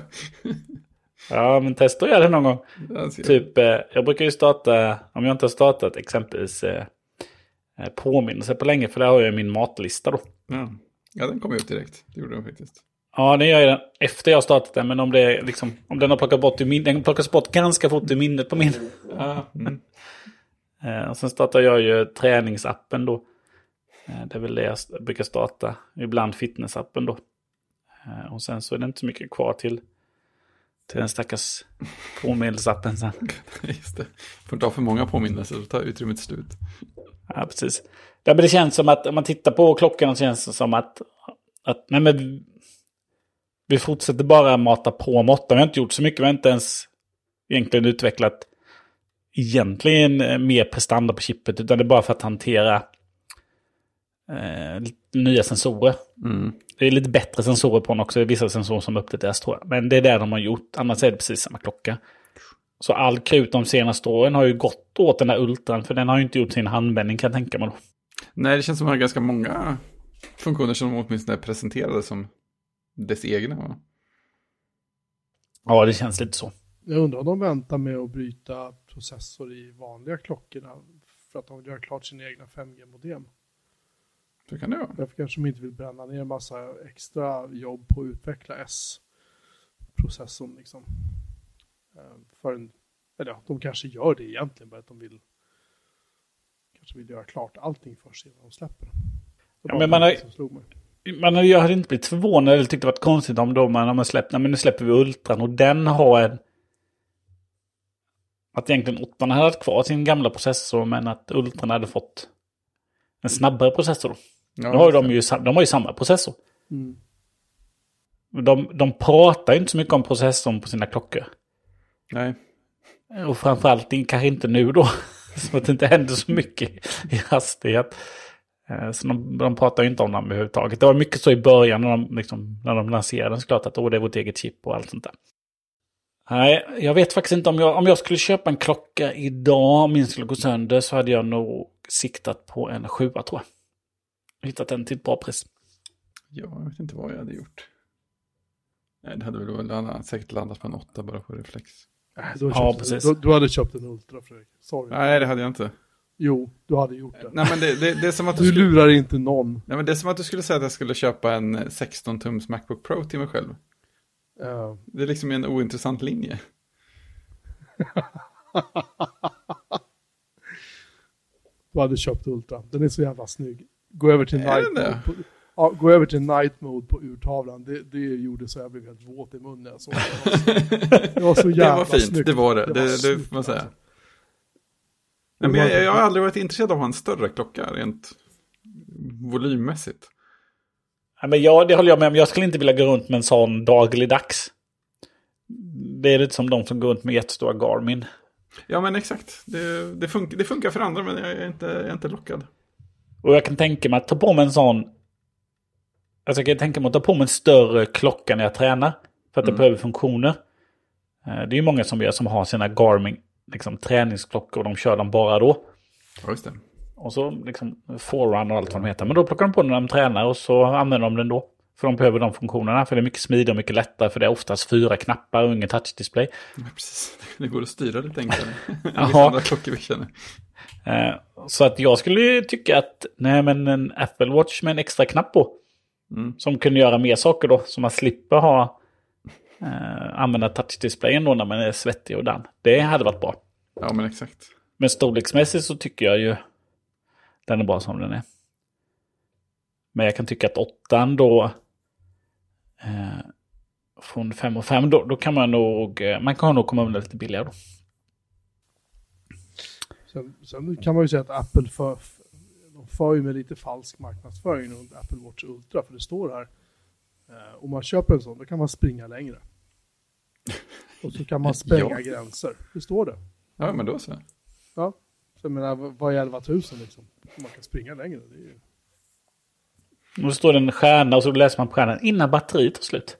Ja, men testa att göra det någon gång. Jag typ, eh, jag brukar ju starta, om jag inte har startat exempelvis eh, påminnelse på länge, för där har jag min matlista då. Ja, ja den kom ju upp direkt. Det gjorde den faktiskt. Ja, den gör jag den efter jag har startat den, men om det är liksom, om den har plockat bort i min, den plockas bort ganska fort i minnet på min. Ja. Mm. eh, och sen startar jag ju träningsappen då. Eh, det är väl det jag brukar starta. Ibland fitnessappen då. Eh, och sen så är det inte så mycket kvar till till den stackars påminnelseappen sen. Just det. Får inte ha för många påminnelser så tar utrymmet slut. Ja, precis. Ja, men det känns som att om man tittar på klockan så känns det som att, att nej, men vi, vi fortsätter bara mata på måtta. Vi har inte gjort så mycket. Vi har inte ens egentligen utvecklat egentligen mer prestanda på chippet, utan det är bara för att hantera eh, nya sensorer. Mm. Det är lite bättre sensorer på den också. Det är vissa sensorer som uppdateras, tror jag. Men det är det de har gjort. Annars är det precis samma klocka. Så all krut de senaste åren har ju gått åt den där ultran. För den har ju inte gjort sin handvändning, kan jag tänka mig då. Nej, det känns som att det är ganska många funktioner som de åtminstone presenterade som dess egna. Va? Ja, det känns lite så. Jag undrar om de väntar med att bryta processor i vanliga klockorna för att de vill göra klart sina egna fem G-modem. Så kan det vara. Därför kanske de inte vill bränna ner en massa extra jobb på att utveckla S-processorn liksom. För en, eller ja, de kanske gör det egentligen, bara att de vill kanske vill göra klart allting först innan de släpper det. Det ja, men man har, man, jag hade inte blivit förvånad eller tyckte det var konstigt om då man har släppt, nej, men nu släpper vi ultran och den har en, att egentligen åttan hade haft kvar sin gamla processor, men att ultran hade fått en snabbare processor då. Ja, nu har de ju, de har ju samma processor. Mm. De, de pratar ju inte så mycket om processorn på sina klockor. Nej. Och framförallt kanske inte nu då. Så att det inte händer så mycket i hastighet. Så de, de pratar ju inte om dem överhuvudtaget. Det var mycket så i början när de, liksom, när de lanserade den, såklart att oh, det är vårt eget chip och allt sånt där. Nej, jag vet faktiskt inte om jag, om jag skulle köpa en klocka idag, om min skulle gå sönder, så hade jag nog siktat på en sjua, tror jag. Hittat den till ett bra pris. Ja, jag vet inte vad jag hade gjort. Nej, det hade väl landat, säkert landat på en åtta bara på reflex. Du, ja, köpt, precis. Du, du hade köpt en Ultra, Fredrik. Sorry. Nej, det hade jag inte. Jo, du hade gjort det. Nej, men det, det, det är som att du, du skulle... lurar inte någon. Nej, men det är som att du skulle säga att jag skulle köpa en sexton tums MacBook Pro till mig själv. Uh. Det är liksom en ointressant linje. Du hade köpt Ultra. Den är så jävla snygg. Gå över till night mode på, ja, gå över till night mode på urtavlan. Det, det gjorde så jag blev helt våt i munnen. Så det, var så, det var så jävla det var fint. Snyggt. Det var det. Det, det, var det snyggt, får man säga. Alltså. Nej, men jag, jag har aldrig varit intresserad av att ha en större klocka rent volymmässigt. Ja, men jag, det håller jag med om. Jag skulle inte vilja gå runt med en sån dagligdags. Det är lite som de som går runt med jättestora Garmin. Ja, men exakt. Det, det, fun- det funkar för andra, men jag är inte, jag är inte lockad. Och jag kan tänka mig att ta på mig en sån... Alltså jag kan tänka mig att ta på mig en större klocka när jag tränar. För att det mm. behöver funktioner. Det är ju många som gör som har sina Garmin liksom, träningsklockor och de kör dem bara då. Ja, just det. Och så liksom forerun och allt vad de heter. Men då plockar de på den när de tränar och så använder de den då. För de behöver de funktionerna. För det är mycket smidigare och mycket lättare. För det är oftast fyra knappar och ingen touchdisplay. Ja, precis. Det går att styra lite enklare. Jaha. Andra klockor vi känner. Eh, så att jag skulle ju tycka att nej, men en Apple Watch med en extra knapp på. Mm. Som kunde göra mer saker då. Så man slipper ha eh, använda touchdisplayen då när man är svettig och dan. Det hade varit bra. Ja, men exakt. Men storleksmässigt så tycker jag ju den är bra som den är. Men jag kan tycka att åttan då eh, från fem och fem då, då kan man nog man kan nog komma undan lite billigare då. Sen, sen kan man ju säga att Apple för, de för ju med lite falsk marknadsföring runt Apple Watch Ultra, för det står här eh, om man köper en sån då kan man springa längre. Och så kan man spränga ja. gränser. Det står det. Ja, men då så. Ja. Så jag menar, vad är elva tusen liksom? Man kan springa längre. Det är ju... Och så står det en stjärna och så läser man på stjärnan innan batteriet tar slut.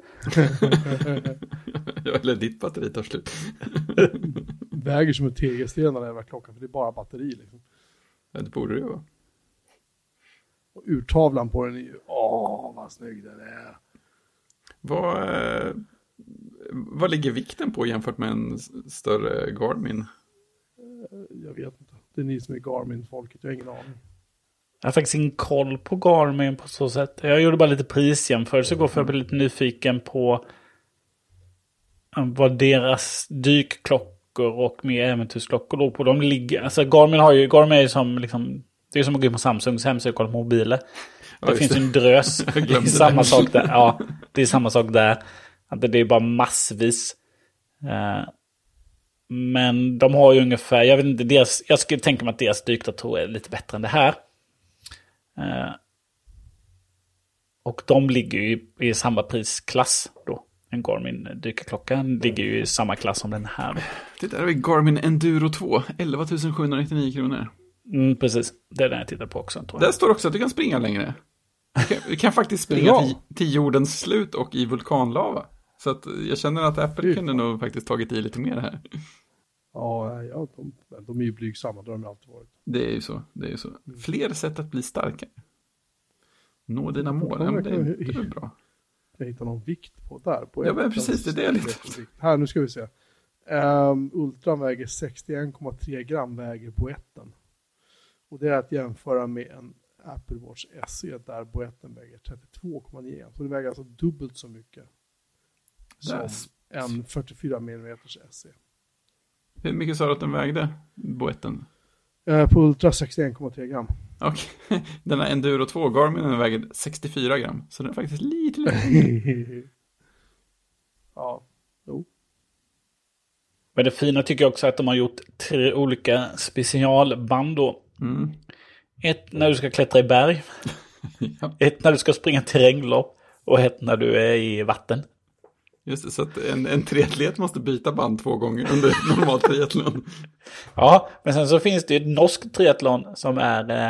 Eller ditt batteri tar slut. Väger som en tegelsten när det är klockan, för det är bara batteri liksom. Ja, det borde det ju vara. Och urtavlan på den är ju, åh vad snygg den är. Vad, eh, vad ligger vikten på jämfört med en större Garmin? Jag vet inte. Det är ni som är Garmin-folket, jag har ingen aning. Jag har faktiskt ingen koll på Garmin på så sätt. Jag gjorde bara lite prisjämförelse och går för att bli lite nyfiken på vad deras dykklockor och mer äventyrsklockor då på. De ligger, alltså Garmin har ju, Garmin är ju som liksom, det är som att gå in på Samsungs hemsida och kolla på mobiler. Det ja, finns ju en drös. Det är samma sak där. Ja, det är samma sak där. Att det är bara massvis. Uh, men de har ju ungefär, jag vet inte, deras, jag skulle tänka mig att deras dykdatorer är lite bättre än det här. Uh, och de ligger ju i, i samma prisklass då. En Garmin dykarklocka ligger ju i samma klass som den här då. Det där är Garmin Enduro två, elva tusen sjuhundranittionio kronor. Mm, precis, det är den jag tittar på också. Tror jag. Där står också att du kan springa längre. Du kan, du kan faktiskt springa ja. till, till jordens slut och i vulkanlava. Så att jag känner att Apple kunde nog faktiskt tagit i lite mer här. Ja, ja de, de är ju blygsamma, det har de alltid varit. Det är ju så, det är ju så. Fler sätt att bli starkare. Nå dina mål, ja, det, är, det är bra. Jag hittar någon vikt på där. På ja, men precis, det är det lite. Här, nu ska vi se. Um, Ultran väger sextioen komma tre gram, väger boetten. Och det är att jämföra med en Apple Watch S E där boetten väger trettiotvå komma nio gram. Så det väger alltså dubbelt så mycket som That's... en fyrtiofyra millimeter S E. Hur mycket sa du att den vägde, boetten? Uh, på Ultra sextioen komma tre gram. Okej, okay. Den här Enduro två Garmin väger sextiofyra gram. Så den är faktiskt lite lätt. Ja, jo. Men det fina tycker jag också att de har gjort tre olika specialband då. Mm. Ett när du ska klättra i berg. Ja. Ett när du ska springa terränglopp. Och ett när du är i vatten. Just det, så att en, en triatlet måste byta band två gånger under normalt triathlon. Ja, men sen så finns det ju ett norskt triathlon som är eh,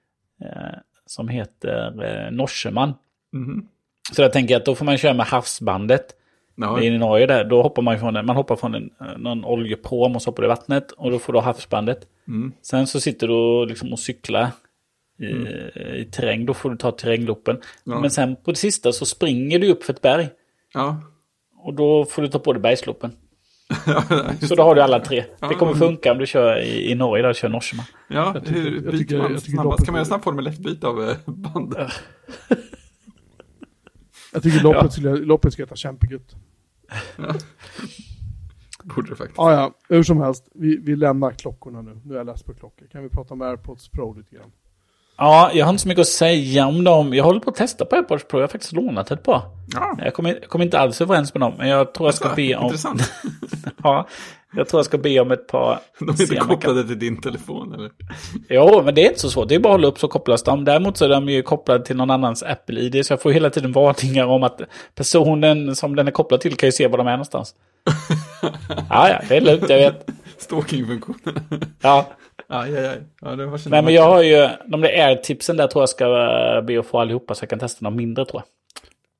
som heter eh, Norseman. Mm. Så jag tänker att då får man köra med havsbandet. No. I Norge där, då hoppar man från en, man hoppar från en, någon oljeprom och så hoppar du i vattnet och då får du havsbandet. Mm. Sen så sitter du liksom och cyklar i, mm. i terräng, då får du ta terrängloppen. Ja. Men sen på det sista så springer du upp för ett berg. Ja. Och då får du ta på dig bergsloppen. Så då har du alla tre. Det kommer funka om du kör i, i Norge där du kör Norseman. Ja, jag tycker, hur byter jag tycker, man jag snabbast? Kan man göra snabbt på det med lättbyte av bandet? Jag tycker loppet, ja. skulle, loppet ska heta kämpegutt. Ja. Borde det faktiskt. Ja, ja. Hur som helst. Vi, vi lämnar klockorna nu. Nu är jag läst på klockor. Kan vi prata om AirPods Pro lite grann? Ja, jag har inte så mycket att säga om dem. Jag håller på att testa på AirPods Pro. Jag har faktiskt lånat ett par. Ja. Jag kommer, jag kommer inte alls överens med dem. Men jag tror jag ska be om... Intressant. Ja, jag tror jag ska be om ett par... De är inte kopplade kan... till din telefon, eller? Jo, men det är inte så svårt. Det är bara att hålla upp så kopplas de. Däremot så är de ju kopplade till någon annans Apple-I D. Så jag får hela tiden varningar om att personen som den är kopplad till kan ju se var de är någonstans. Ja, ja, det är lugnt, jag vet. Stalking-funktionen. Ja. Aj, aj, aj. Ja, det var Nej, men jag har ju de där AirTipsen där tror jag ska be att få allihopa så jag kan testa dem mindre, tror jag.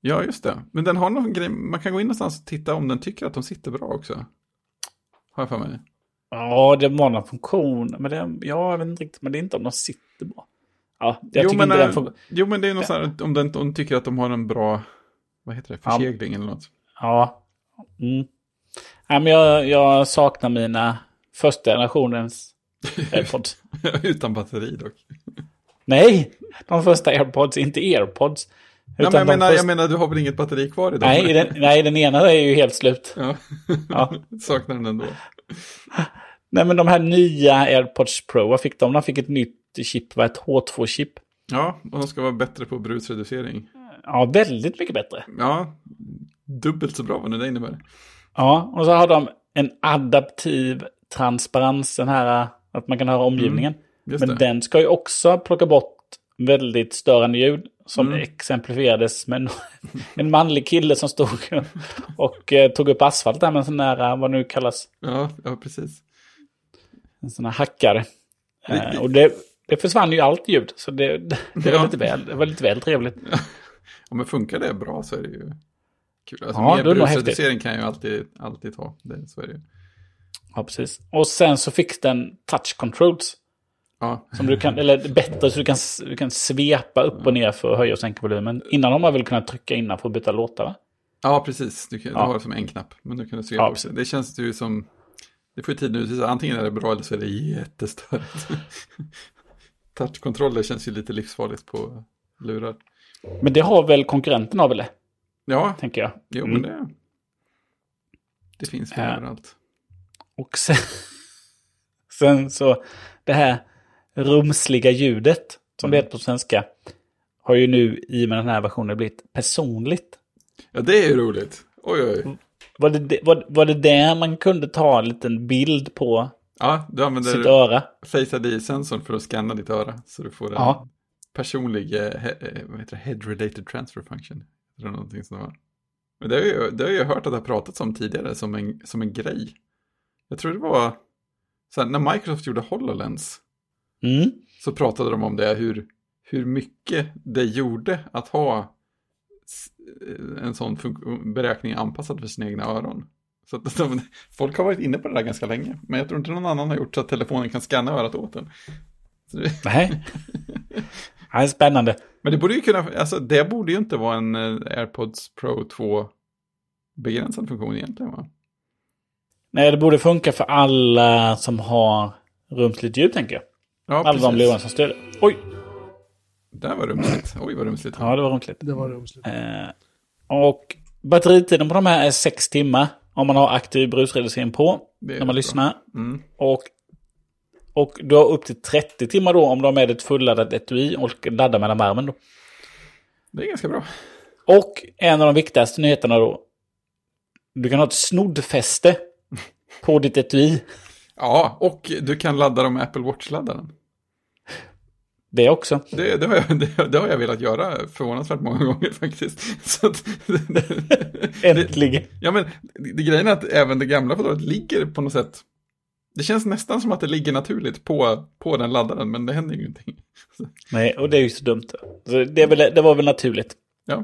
Ja, just det. Men den har någon grej, man kan gå in någonstans och titta om den tycker att de sitter bra också. Har jag för mig. Ja, det var någon funktion. Men det, ja, jag vet inte riktigt, men det är inte om de sitter bra. Ja, jag jo, tycker men, inte den får... jo, men det är något ja. sånt, om den om de tycker att de har en bra, vad heter det, försegling ja. eller något. Ja. Mm. Ja, men jag, jag saknar mina första generationens AirPods. Utan batteri dock. Nej, de första AirPods, inte AirPods. Nej, men jag, menar, första... jag menar, du har väl inget batteri kvar i dem? Nej, den, nej, den ena är ju helt slut. Ja, ja. Saknar den ändå. Nej, men de här nya AirPods Pro, vad fick de? De fick ett nytt chip, vad ett H två-chip. Ja, och de ska vara bättre på brusreducering. Ja, väldigt mycket bättre. Ja, dubbelt så bra vad det innebär. Ja, och så har de en adaptiv transparens, den här att man kan höra omgivningen. Mm, men det. Den ska ju också plocka bort väldigt störande ljud som mm. exemplifierades med en, en manlig kille som stod och eh, tog upp asfalt där med en sån där, vad nu kallas. Ja, ja precis. En sån här hackare. Eh, och det, det försvann ju allt ljud, så det, det, det, var, ja. lite väl, det var lite väl trevligt. Ja, men funkar det bra så är det ju kul. Alltså ja, mer brusreducering kan jag ju alltid, alltid ta. Det, så är det ju. Ja, precis. Och sen så fick den touch controls. Ja. Som du kan, eller bättre så du kan, du kan svepa upp och ner för att höja och sänka volymen. Innan har man väl kunnat trycka innan för att byta låtar, va? Ja, precis. Du, kan, ja. du har det som en knapp. Men du kan svepa ja, också. Det känns ju som... Det får ju tid nu. Antingen är det bra eller så är det jättestörigt. Touchkontroller känns ju lite livsfarligt på lurar. Men det har väl konkurrenten av eller? Ja. Tänker jag. Jo, men det... Det finns väl ja. överallt. Och sen... sen så... Det här rumsliga ljudet, som det heter på svenska, har ju nu i med den här versionen blivit personligt. Ja, det är ju roligt. Oj, oj. Var det, var, var det där man kunde ta en liten bild på ja, du använder sitt öra? Face I D-sensorn för att scanna ditt öra. Så du får en ja. personlig eh, he, vad heter det, head-related transfer function. Eller någonting sånt där. Men det har ju, det har jag hört att det har pratats om tidigare som en, som en grej. Jag tror det var så här, när Microsoft gjorde HoloLens mm. så pratade de om det, hur, hur mycket det gjorde att ha en sån fun- beräkning anpassad för sina egna öron. Så att de, folk har varit inne på det där ganska länge, men jag tror inte någon annan har gjort så att telefonen kan scanna örat åt den. Det... Nej. Det är spännande. Men det borde ju kunna, alltså det borde ju inte vara en AirPods Pro två begränsad funktion egentligen, va? Nej, det borde funka för alla som har rumsligt ljud, tänker jag. Ja, alla precis. de lurar som stöder. Oj! Det var rumsligt. Oj, vad rumsligt. Ja, det var rumsligt. Det var rumsligt. Eh, och batteritiden på de här är sex timmar om man har aktiv brusreducering på när man lyssnar. Mm. Och, och du har upp till trettio timmar då om de är ett fulladdat etui och laddar mellan värmen då. Det är ganska bra. Och en av de viktigaste nyheterna då. Du kan ha ett snoddfäste på ditt etui. Ja, och du kan ladda dem med Apple Watch-laddaren. Det också. Det, det, har jag, det, det har jag velat göra förvånansvärt många gånger faktiskt. Så att, äntligen. Det, ja, men det grejen är att även det gamla fotoret ligger på något sätt. Det känns nästan som att det ligger naturligt på, på den laddaren, men det händer ju ingenting. Så. Nej, och det är ju så dumt. Så det, är väl, det var väl naturligt. Ja.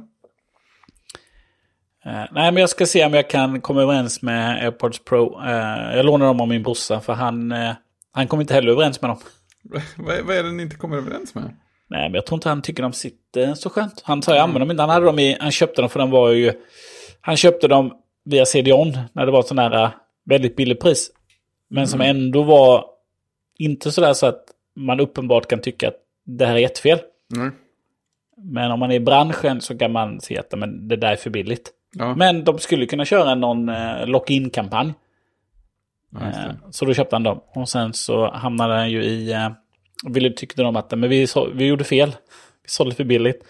Uh, nej, men jag ska se om jag kan komma överens med AirPods Pro. Uh, jag lånar dem av min brorsa, för han, uh, han kommer inte heller överens med dem. Vad, vad är det ni inte kommer överens med? Nej, men jag tror inte han tycker de sitter så skönt. Han sa jag använder dem inte. Han hade dem i, han köpte dem för de var ju, han köpte dem via C D O N när det var sån här uh, väldigt billig pris. Men mm. som ändå var inte sådär så att man uppenbart kan tycka att det här är jättefel. Mm. Men om man är i branschen så kan man se att men det där är för billigt. Ja. Men de skulle kunna köra någon eh, lock-in-kampanj. Ja, eh, så då köpte han dem. Och sen så hamnade han ju i... Eh, ville tyckte de att men vi, så, vi gjorde fel. Vi sålde för billigt.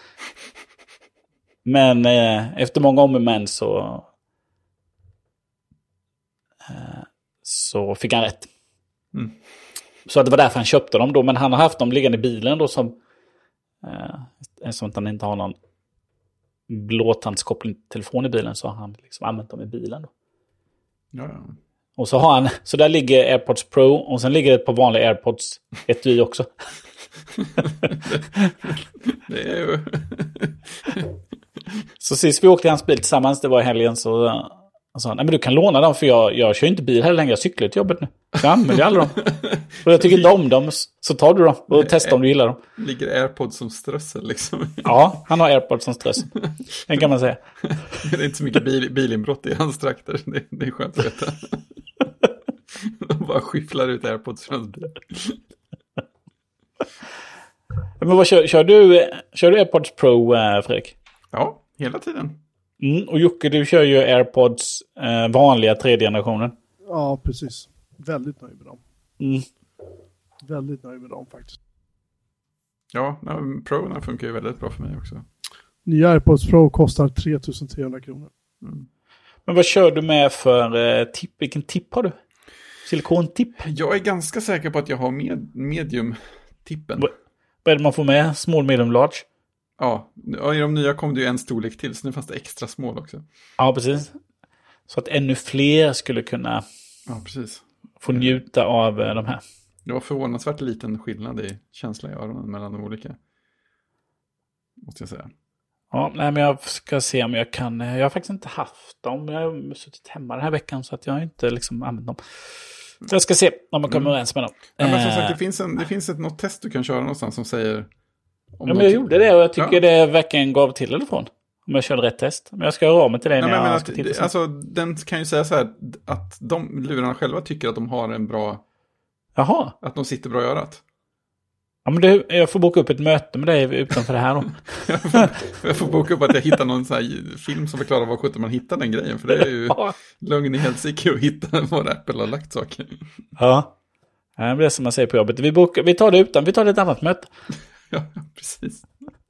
Men eh, efter många om och men så... Eh, så fick han rätt. Mm. Så det var därför han köpte dem då. Men han har haft dem liggande i bilen då som... Eh, eftersom att han inte har någon blåtandskoppling till telefon i bilen så har han liksom använt dem i bilen då. Ja, ja. Och så har han, så där ligger AirPods Pro och sen ligger det ett par vanliga AirPods etui också. det, det är ju Så sist vi åkte i hans bil tillsammans, det var i helgen, så han sa, nej men du kan låna dem för jag, jag kör inte bil här längre, jag cyklar till jobbet nu. Så jag använder aldrig dem. Och jag tycker inte om dem, så tar du dem och testar om du gillar dem. Ligger AirPods som strössel liksom? Ja, han har AirPods som strössel. Det kan man säga. Det är inte så mycket bil, bilinbrott i hans trakter, det, det är skönt att veta. De bara skyfflar ut AirPods från hans bil. Men vad kör, kör du? Kör du AirPods Pro, eh, Fredrik? Ja, hela tiden. Mm, och Jocke, du kör ju AirPods eh, vanliga tredje generationen. Ja, precis. Väldigt nöjd med dem. Mm. Väldigt nöjd med dem faktiskt. Ja, Pro funkar ju väldigt bra för mig också. Nya AirPods Pro kostar tre tusen trehundra kronor. Mm. Men vad kör du med för eh, tipp? Vilken tipp har du? Silikontipp? Jag är ganska säker på att jag har med, medium-tippen. Va- vad är det man får med? Small, medium, large? Ja, i de nya kom det ju en storlek till, så nu fanns det extra small också. Ja, precis. Så att ännu fler skulle kunna Ja, precis. få njuta av eh, de här. Det var förvånansvärt liten skillnad i känsla i öronen mellan de olika. Måste jag säga. Ja, nej, men jag ska se om jag kan. Jag har faktiskt inte haft dem. Jag har suttit hemma den här veckan så att jag har inte liksom använt dem. Så jag ska se om man kommer Mm. överens med dem. Ja, men som Eh, sagt, det finns, en, det finns ett något test du kan köra någonstans som säger... Om Ja, men de- jag gjorde det och jag tycker Ja. det verkligen gav till eller från. Om jag körde rätt test. Men jag ska höra av mig till dig Nej, när men jag menar jag ska att, titta det- sen. alltså, den kan ju säga så här att de lurarna själva tycker att de har en bra... Jaha. Att de sitter bra i örat. Ja, men det, jag får boka upp ett möte med dig utanför det här då. Jag får, jag får boka upp att jag hittar någon sån här film som förklarar vad sjutton man hittar den grejen. För det är ju Ja. lögn i helsike att hitta var Apple har lagt saker. Ja. Ja, det är som man säger på jobbet. Vi, bokar, vi tar det utan, vi tar det ett annat möte. Ja, precis.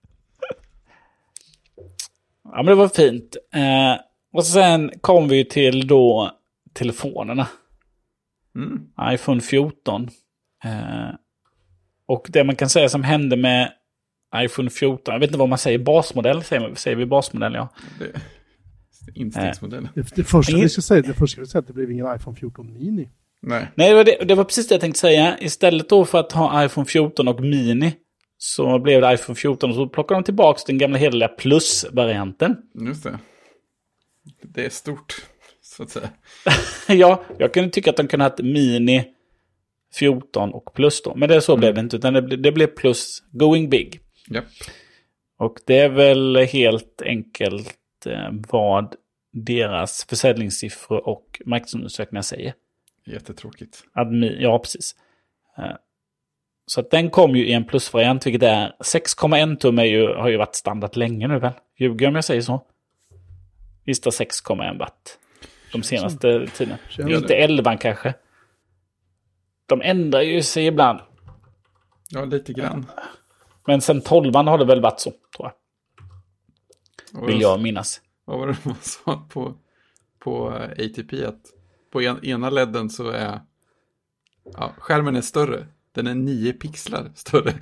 Ja, men det var fint. Eh, och sen kom vi till då telefonerna. Mm. iPhone fjorton. Eh, och det man kan säga som hände med iPhone fjorton. Jag vet inte vad man säger. Basmodell säger, säger vi basmodell, ja. Det är instegsmodell. Det, det första Ingen- vi ska säga, det första vi ska säga att det blev ingen iPhone fjorton mini. Nej. Nej, det var, det, det var precis det jag tänkte säga. Istället då för att ha iPhone fjorton och mini så blev det iPhone fjorton och så plockade de tillbaka den gamla hederliga plus-varianten. Just det. Det är stort, så att säga. Ja, jag kunde tycka att de kunde ha ett mini fjorton och plus då. Men det så blev det inte, utan det, ble- det blev plus going big. Japp. Och det är väl helt enkelt eh, vad deras försäljningssiffror och marknadsundersökningar säger. Jättetråkigt. Admi- ja, precis. Eh, så att den kom ju i en plusvariant, vilket är sex komma ett tum är ju, har ju varit standard länge nu väl. Ljuger om jag säger så. Visst har sex komma ett watt de senaste tiden. Känns Inte det. elva kanske. De ändrar ju sig ibland. Ja, lite grann. Men sen tolvan har det väl varit så, tror jag. Och Vill jag minnas. Vad var det man sa på, på A T P? Att på en, ena ledden så är ja, skärmen är större. Den är nio pixlar större.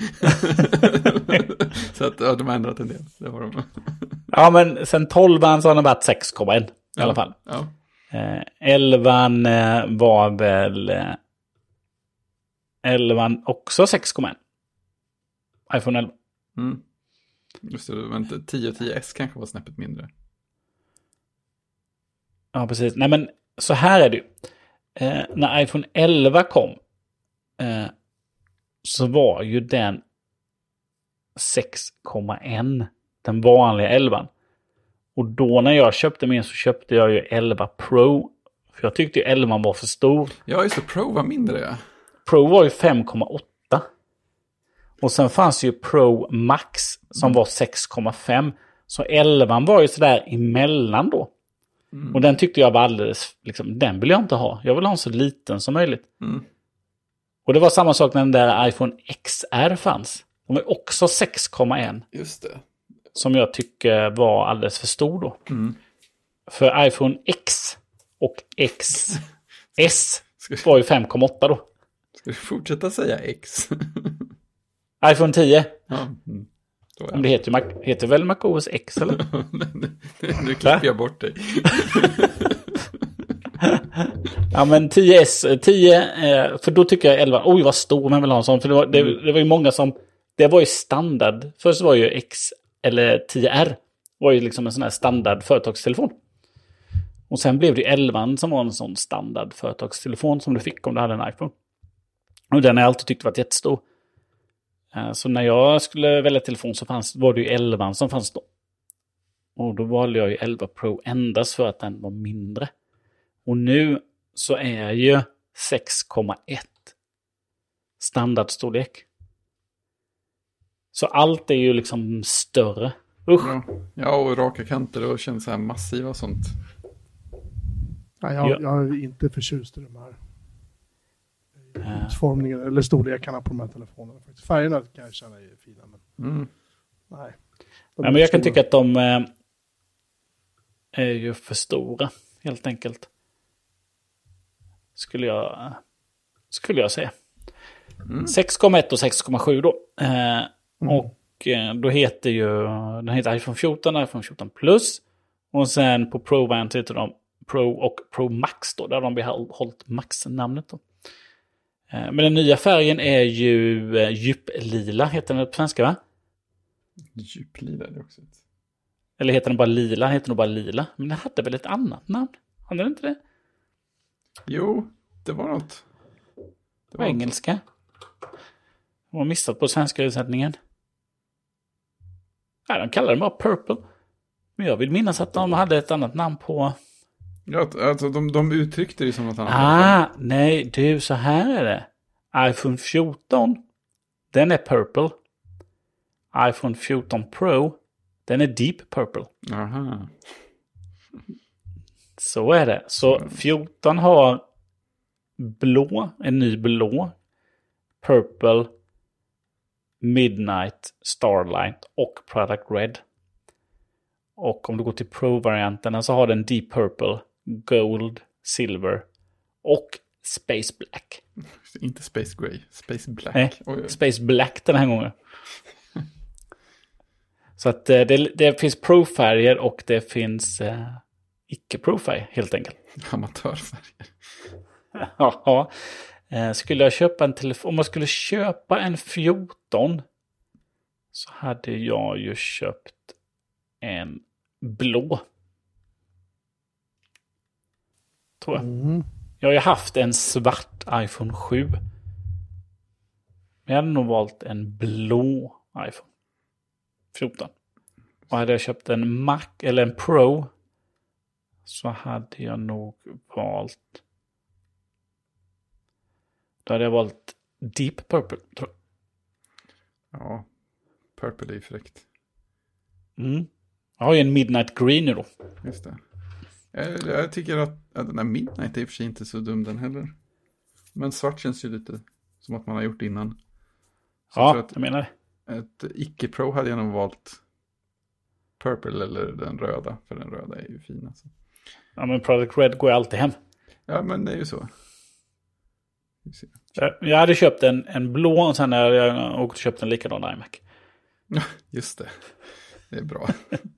Så att ja, de har ändrat en del. Det har de. Ja, men sen tolvan så har den varit sex komma ett i alla fall. Ja. Eh, elvan eh, var väl... Eh, elvan också sex komma ett. iPhone elva. Mm. Just det, men tio och tio S kanske var snäppet mindre. Ja, precis. Nej, men så här är det ju. Eh, när iPhone elva kom eh, så var ju den sex komma ett. Den vanliga elvan. Och då när jag köpte min så köpte jag ju elva Pro. För jag tyckte ju elvan var för stor. Ja, just det. Pro var mindre, ja. Pro var ju fem komma åtta. Och sen fanns ju Pro Max som var sex komma fem. Så elvan var ju sådär emellan då. Mm. Och den tyckte jag var alldeles, liksom, den vill jag inte ha. Jag vill ha en så liten som möjligt. Mm. Och det var samma sak när den där iPhone X R fanns. De var också sex komma ett. Just det. Som jag tycker var alldeles för stor då. Mm. För iPhone X och X S Ska, var ju fem komma åtta då. ska du fortsätta säga X? iPhone tio. Ja. Mm. Då är Men det heter, ju Mac, heter väl MacOS X eller? nu, nu klipper jag bort dig. Ja, men tio S, tio, eh, för då tycker jag elva, oj vad stor man vill ha en sån. För det var, det, det var ju många som, det var ju standard. Först var ju X eller tio R var ju liksom en sån här standard företagstelefon. Och sen blev det elvan som var en sån standard företagstelefon som du fick om du hade en iPhone. Och den har jag alltid tyckt varit jättestor. Så när jag skulle välja telefon så fanns, var det ju elvan som fanns då. Och då valde jag ju elva Pro endast för att den var mindre. Och nu så är ju sex komma ett standardstorlek. Så allt är ju liksom större. Usch. Ja, ja och raka kanter och känns så här massiva och sånt. Ja, jag, Ja. jag är inte förtjust i de här utformningen eller storlekarna på de här telefonerna. Faktiskt. Färgerna kan jag känna är fina, men Mm. nej. Ja, men jag kan tycka att de eh, är ju för stora, helt enkelt. Skulle jag, skulle jag säga. Mm. sex komma ett och sex komma sju då. Eh, Mm. Och eh, då heter ju, den heter iPhone fjorton, iPhone fjorton Plus. Och sen på Pro-variant heter de Pro och Pro Max då, där de har hållit Max-namnet då. Eh, men den nya färgen är ju eh, djuplila, heter den på svenska, va? Djuplila är det också. Eller heter den bara lila? Den heter nog bara lila. Men den hade väl ett annat namn? Hade den inte det? Jo, det var något. Det På engelska. De har missat på svenska översättningen. Ja, de kallar den bara Purple. Men jag vill minnas att de hade ett annat namn på... Ja, alltså de, de uttryckte det som något annat. Ah, nej, du, så här är det. iPhone fjorton, den är Purple. iPhone fjorton Pro, den är Deep Purple. Aha. Så är det. Så fjorton har blå, en ny blå, Purple, Midnight, Starlight och Product Red. Och om du går till Pro-varianterna så har den Deep Purple, Gold, Silver och Space Black. Inte Space Gray, Space Black. Nej, Oj, oj. Space Black den här gången. Så att eh, det, det finns Pro-färger och det finns eh, icke-Pro-färg helt enkelt. Amatörfärger. Ja, eh, skulle jag köpa en telefon, om man skulle köpa en fjorton så hade jag ju köpt en blå. Tror jag. Mm. Jag har ju haft en svart iPhone sju. Men jag hade nog valt en blå iPhone fjorton. Och hade jag köpt en Mac eller en Pro så hade jag nog valt... Då hade jag valt Deep Purple, tror jag. Ja, Purple är ju fräckt. Mm. Jag har ju en Midnight Green nu då. Just det. Jag, jag tycker att, att den här Midnight är i och för sig inte så dum den heller. Men svart känns ju lite som att man har gjort innan. Så Ja, jag tror att jag menar det. ett icke-pro hade jag nog valt Purple eller den röda. För den röda är ju fin alltså. Ja, men Product Red går ju alltid hem. Ja, men det är ju så. Vi ser. Jag, jag hade köpt en, en blå och sen hade jag åkt och köpt en likadan iMac. Just det. Det är bra.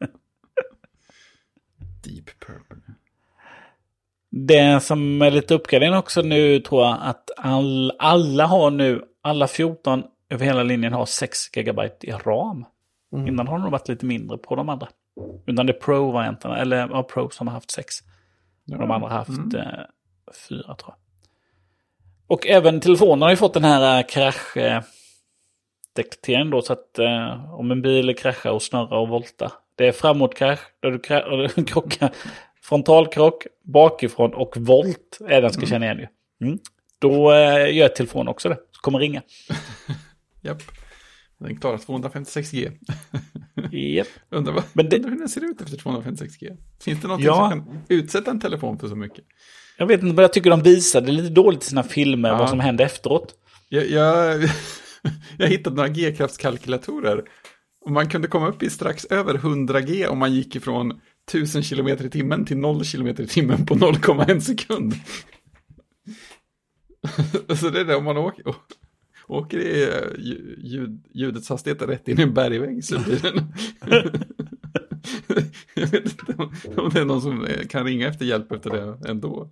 Deep Purple. Det som är lite uppgradering också nu tror jag att all, alla har nu, alla fjorton över hela linjen har sex gigabyte i RAM. Mm. Innan har de varit lite mindre på de andra. Utan det är Pro-varianterna, eller ja, Pro som har haft sex. Ja. De andra har haft Mm. eh, fyra tror jag. Och även telefonen har ju fått den här äh, krasch äh, detekteringen då, så att äh, om en bil kraschar och snurrar och voltar. Det är framåtkrasch, där du, kra- du krockar, frontalkrock, bakifrån och volt är den ska känna igen ju. Mm. Då äh, gör telefonen också det, så kommer ringa. Japp. Den klarar tvåhundrafemtiosex G. Yep. Undrar, vad, Men det- undrar hur den ser ut efter tvåhundrafemtiosex G. Finns det något Ja. som kan utsätta en telefon för så mycket? Jag vet inte, men jag tycker de visade lite dåligt i sina filmer Ja. vad som hände efteråt. Jag, jag, jag hittade några G-kraftskalkylatorer. Och man kunde komma upp i strax över hundra G om man gick ifrån tusen kilometer i timmen till noll kilometer i timmen på noll komma en sekund. Så det är det om man åker, å- åker i eh, ljud, ljudets hastighet rätt in i en bergvägg så blir den... Jag vet inte om, om det är någon som eh, kan ringa efter hjälp efter det ändå.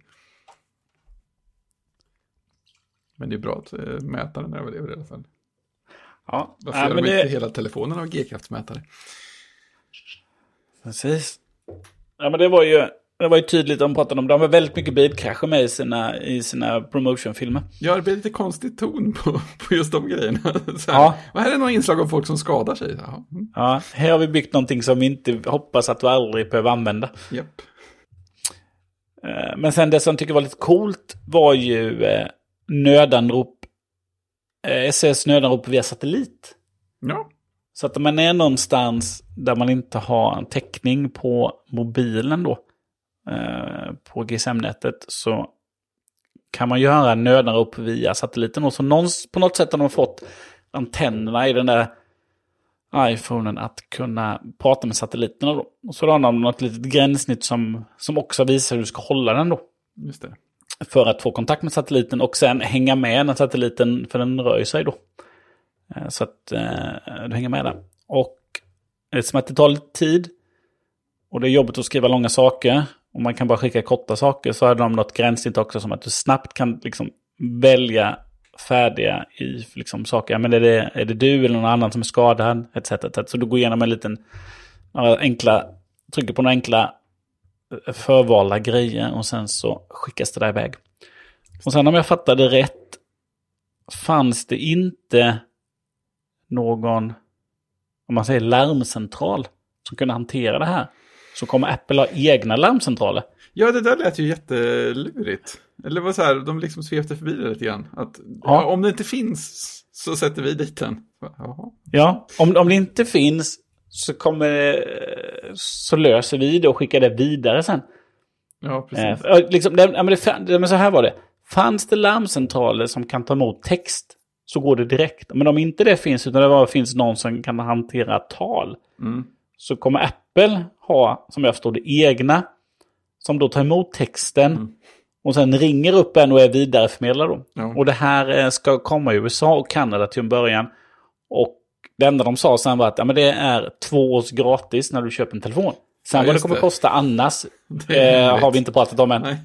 Men det är bra att eh, mätaren överlever i alla fall. Ja, Varför ja, gör men de inte det, hela telefonen av G-kraftsmätare? Precis. Ja, men det var ju, det var ju tydligt de pratade om. De har väldigt mycket bilkrascher med i sina, i sina promotionfilmer. Ja, det blir lite konstig ton på, på just de grejerna. Så här, ja. Och här är några inslag av folk som skadar sig. Ja. Mm. ja, här har vi byggt någonting som vi inte hoppas att vi aldrig behöver använda. Japp. Men sen det som jag tycker var lite coolt var ju eh, nödanrop. Eh, S S nödanrop via satellit. Ja. Så att om man är någonstans där man inte har en täckning på mobilen då. Eh, på G S M-nätet så kan man göra nödanrop via satelliten. Och så någons, på något sätt har de fått antennerna i den där iPhonen att kunna prata med satelliterna då. Och så har de något litet gränssnitt som, som också visar hur du ska hålla den då. Just det. För att få kontakt med satelliten och sen hänga med den satelliten, för den rör sig då. Så att eh, du hänger med där. Och eftersom att det tar lite tid och det är jobbigt att skriva långa saker och man kan bara skicka korta saker, så har de något gränssnitt också som att du snabbt kan liksom välja färdiga i liksom saker. Men är det, är det du eller någon annan som är skadad et cetera et cetera. Så du går igenom en liten några enkla, trycker på några enkla förvalda grejer och sen så skickas det där iväg. Och sen om jag fattade rätt fanns det inte någon, om man säger larmcentral som kunde hantera det här. Så kommer Apple ha egna larmcentraler. Ja, det där lät ju jättelurigt. Eller vad så här, de liksom svepte förbi det lite grann. Att, ja. Ja, om det inte finns så sätter vi dit den. Jaha. Ja, om, om det inte finns så kommer så löser vi det och skickar det vidare sen. Ja, precis. Eh, liksom, det, ja, men det, men så här var det. Fanns det larmcentraler som kan ta emot text så går det direkt. Men om inte det finns utan det bara finns någon som kan hantera tal mm. så kommer Apple ha, som jag förstår det, egna som då tar emot texten mm. och sen ringer upp en och är vidareförmedlare då. Ja. Och det här ska komma i U S A och Kanada till en början. Och det enda de sa sen var att ja, men det är två års gratis när du köper en telefon. Sen ja, vad det kommer det. kosta annars eh, har vi inte pratat om än. Nej.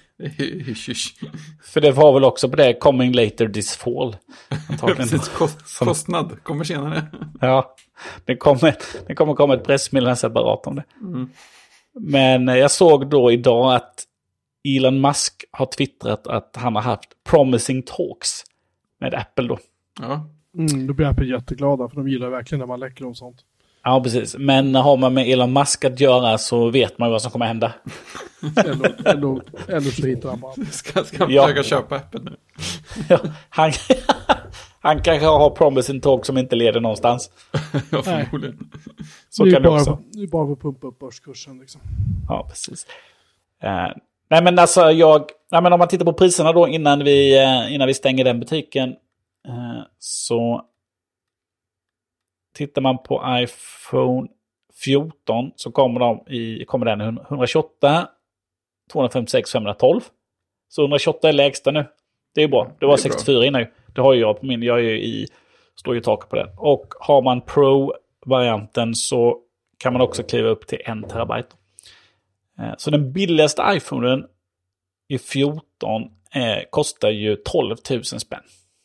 För det var väl också på det coming later this fall. Precis, kost, kostnad kommer senare. Ja, det kommer, det kommer komma ett pressmeddelande separat om det. Mm. Men jag såg då idag att Elon Musk har twittrat att han har haft promising talks med Apple då. Ja. Mm, då blir Apple jätteglada för de gillar verkligen när man läcker om sånt. Ja, precis. Men har man med Elon Musk att göra så vet man ju vad som kommer hända. eller, eller, eller så hittar han bara. Ska, ska han ja. försöka köpa Apple nu? ja, han, han kanske har promising talk som inte leder någonstans. Ja, förmodligen. Så det kan det bara, också. Det är bara för att pumpa upp börskursen liksom. Ja, precis. Uh, nej, men alltså jag... Nej, men om man tittar på priserna då innan vi, uh, innan vi stänger den butiken uh, så... Tittar man på iPhone fjorton så kommer, de i, kommer den etthundratjugoåtta, tvåhundrafemtiosex, femhundratolv. Så etthundratjugoåtta är lägsta nu. Det är bra. Det var det sextiofyra bra. Innan ju. Det har jag på min. Jag är ju i, står ju taket på den. Och har man Pro-varianten så kan man också kliva upp till en terabyte. Så den billigaste iPhonen i fjorton eh, kostar ju tolv tusen spänn.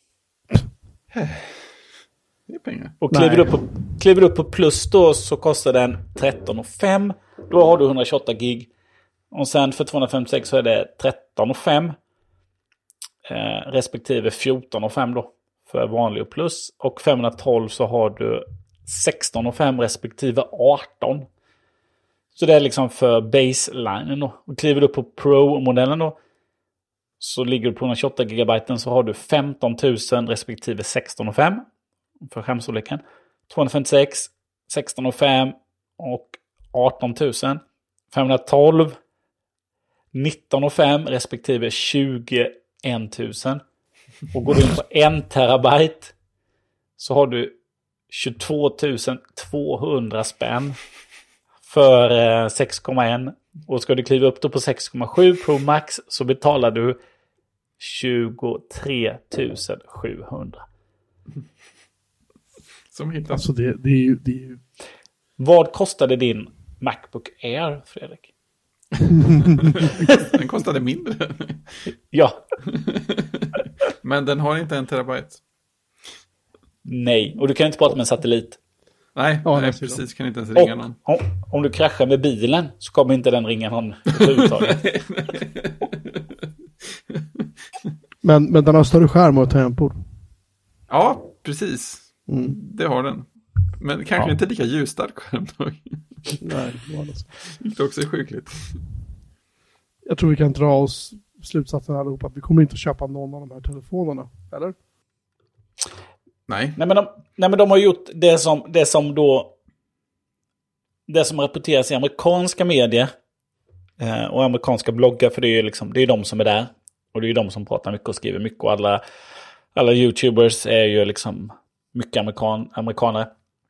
Det är pengar. Och kliver du, upp på, kliver du upp på plus då så kostar den tretton fem. Då har du etthundratjugoåtta gig. Och sen för tvåhundrafemtiosex så är det tretton fem. Eh, respektive fjorton fem då. För vanlig och plus. Och femhundratolv så har du sexton fem respektive arton. Så det är liksom för baseline då. Och kliver du upp på Pro-modellen då. Så ligger du på etthundratjugoåtta gigabyte så har du femton tusen respektive sexton fem. För skärmstorleken. tvåhundrafemtiosex, sexton fem och arton tusen. femhundratolv, nitton fem respektive tjugoett tusen. Och går du in på en terabyte så har du tjugotvå tusen tvåhundra spänn för eh, sex komma ett. Och ska du kliva upp då på sex komma sju Pro Max så betalar du tjugotre tusen sjuhundra. Som hittar. Alltså det, det, är ju, det är ju... Vad kostade din MacBook Air, Fredrik? Den kostade mindre. Ja. Men den har inte en terabyte. Nej, och du kan inte prata med en satellit. Nej, Ja, nej precis. Kan inte ens ringa och, någon. Om, om du kraschar med bilen så kommer inte den ringa någon överhuvudtaget. men, men den har större skärm och tangentbord. Ja, precis. Mm. Det har den. Men kanske Ja. inte lika ljusstark skärm då. Nej, det var det. Det också är sjukligt. Jag tror vi kan dra oss slutsatsen allihopa att vi kommer inte att köpa någon av de här telefonerna, eller? Nej. Nej men, de, nej men de har gjort det som, det som då det som rapporteras i amerikanska medier eh, och amerikanska bloggar, för det är ju liksom, det är de som är där och det är ju de som pratar mycket och skriver mycket, och alla, alla YouTubers är ju liksom mycket amerikan, amerikanare.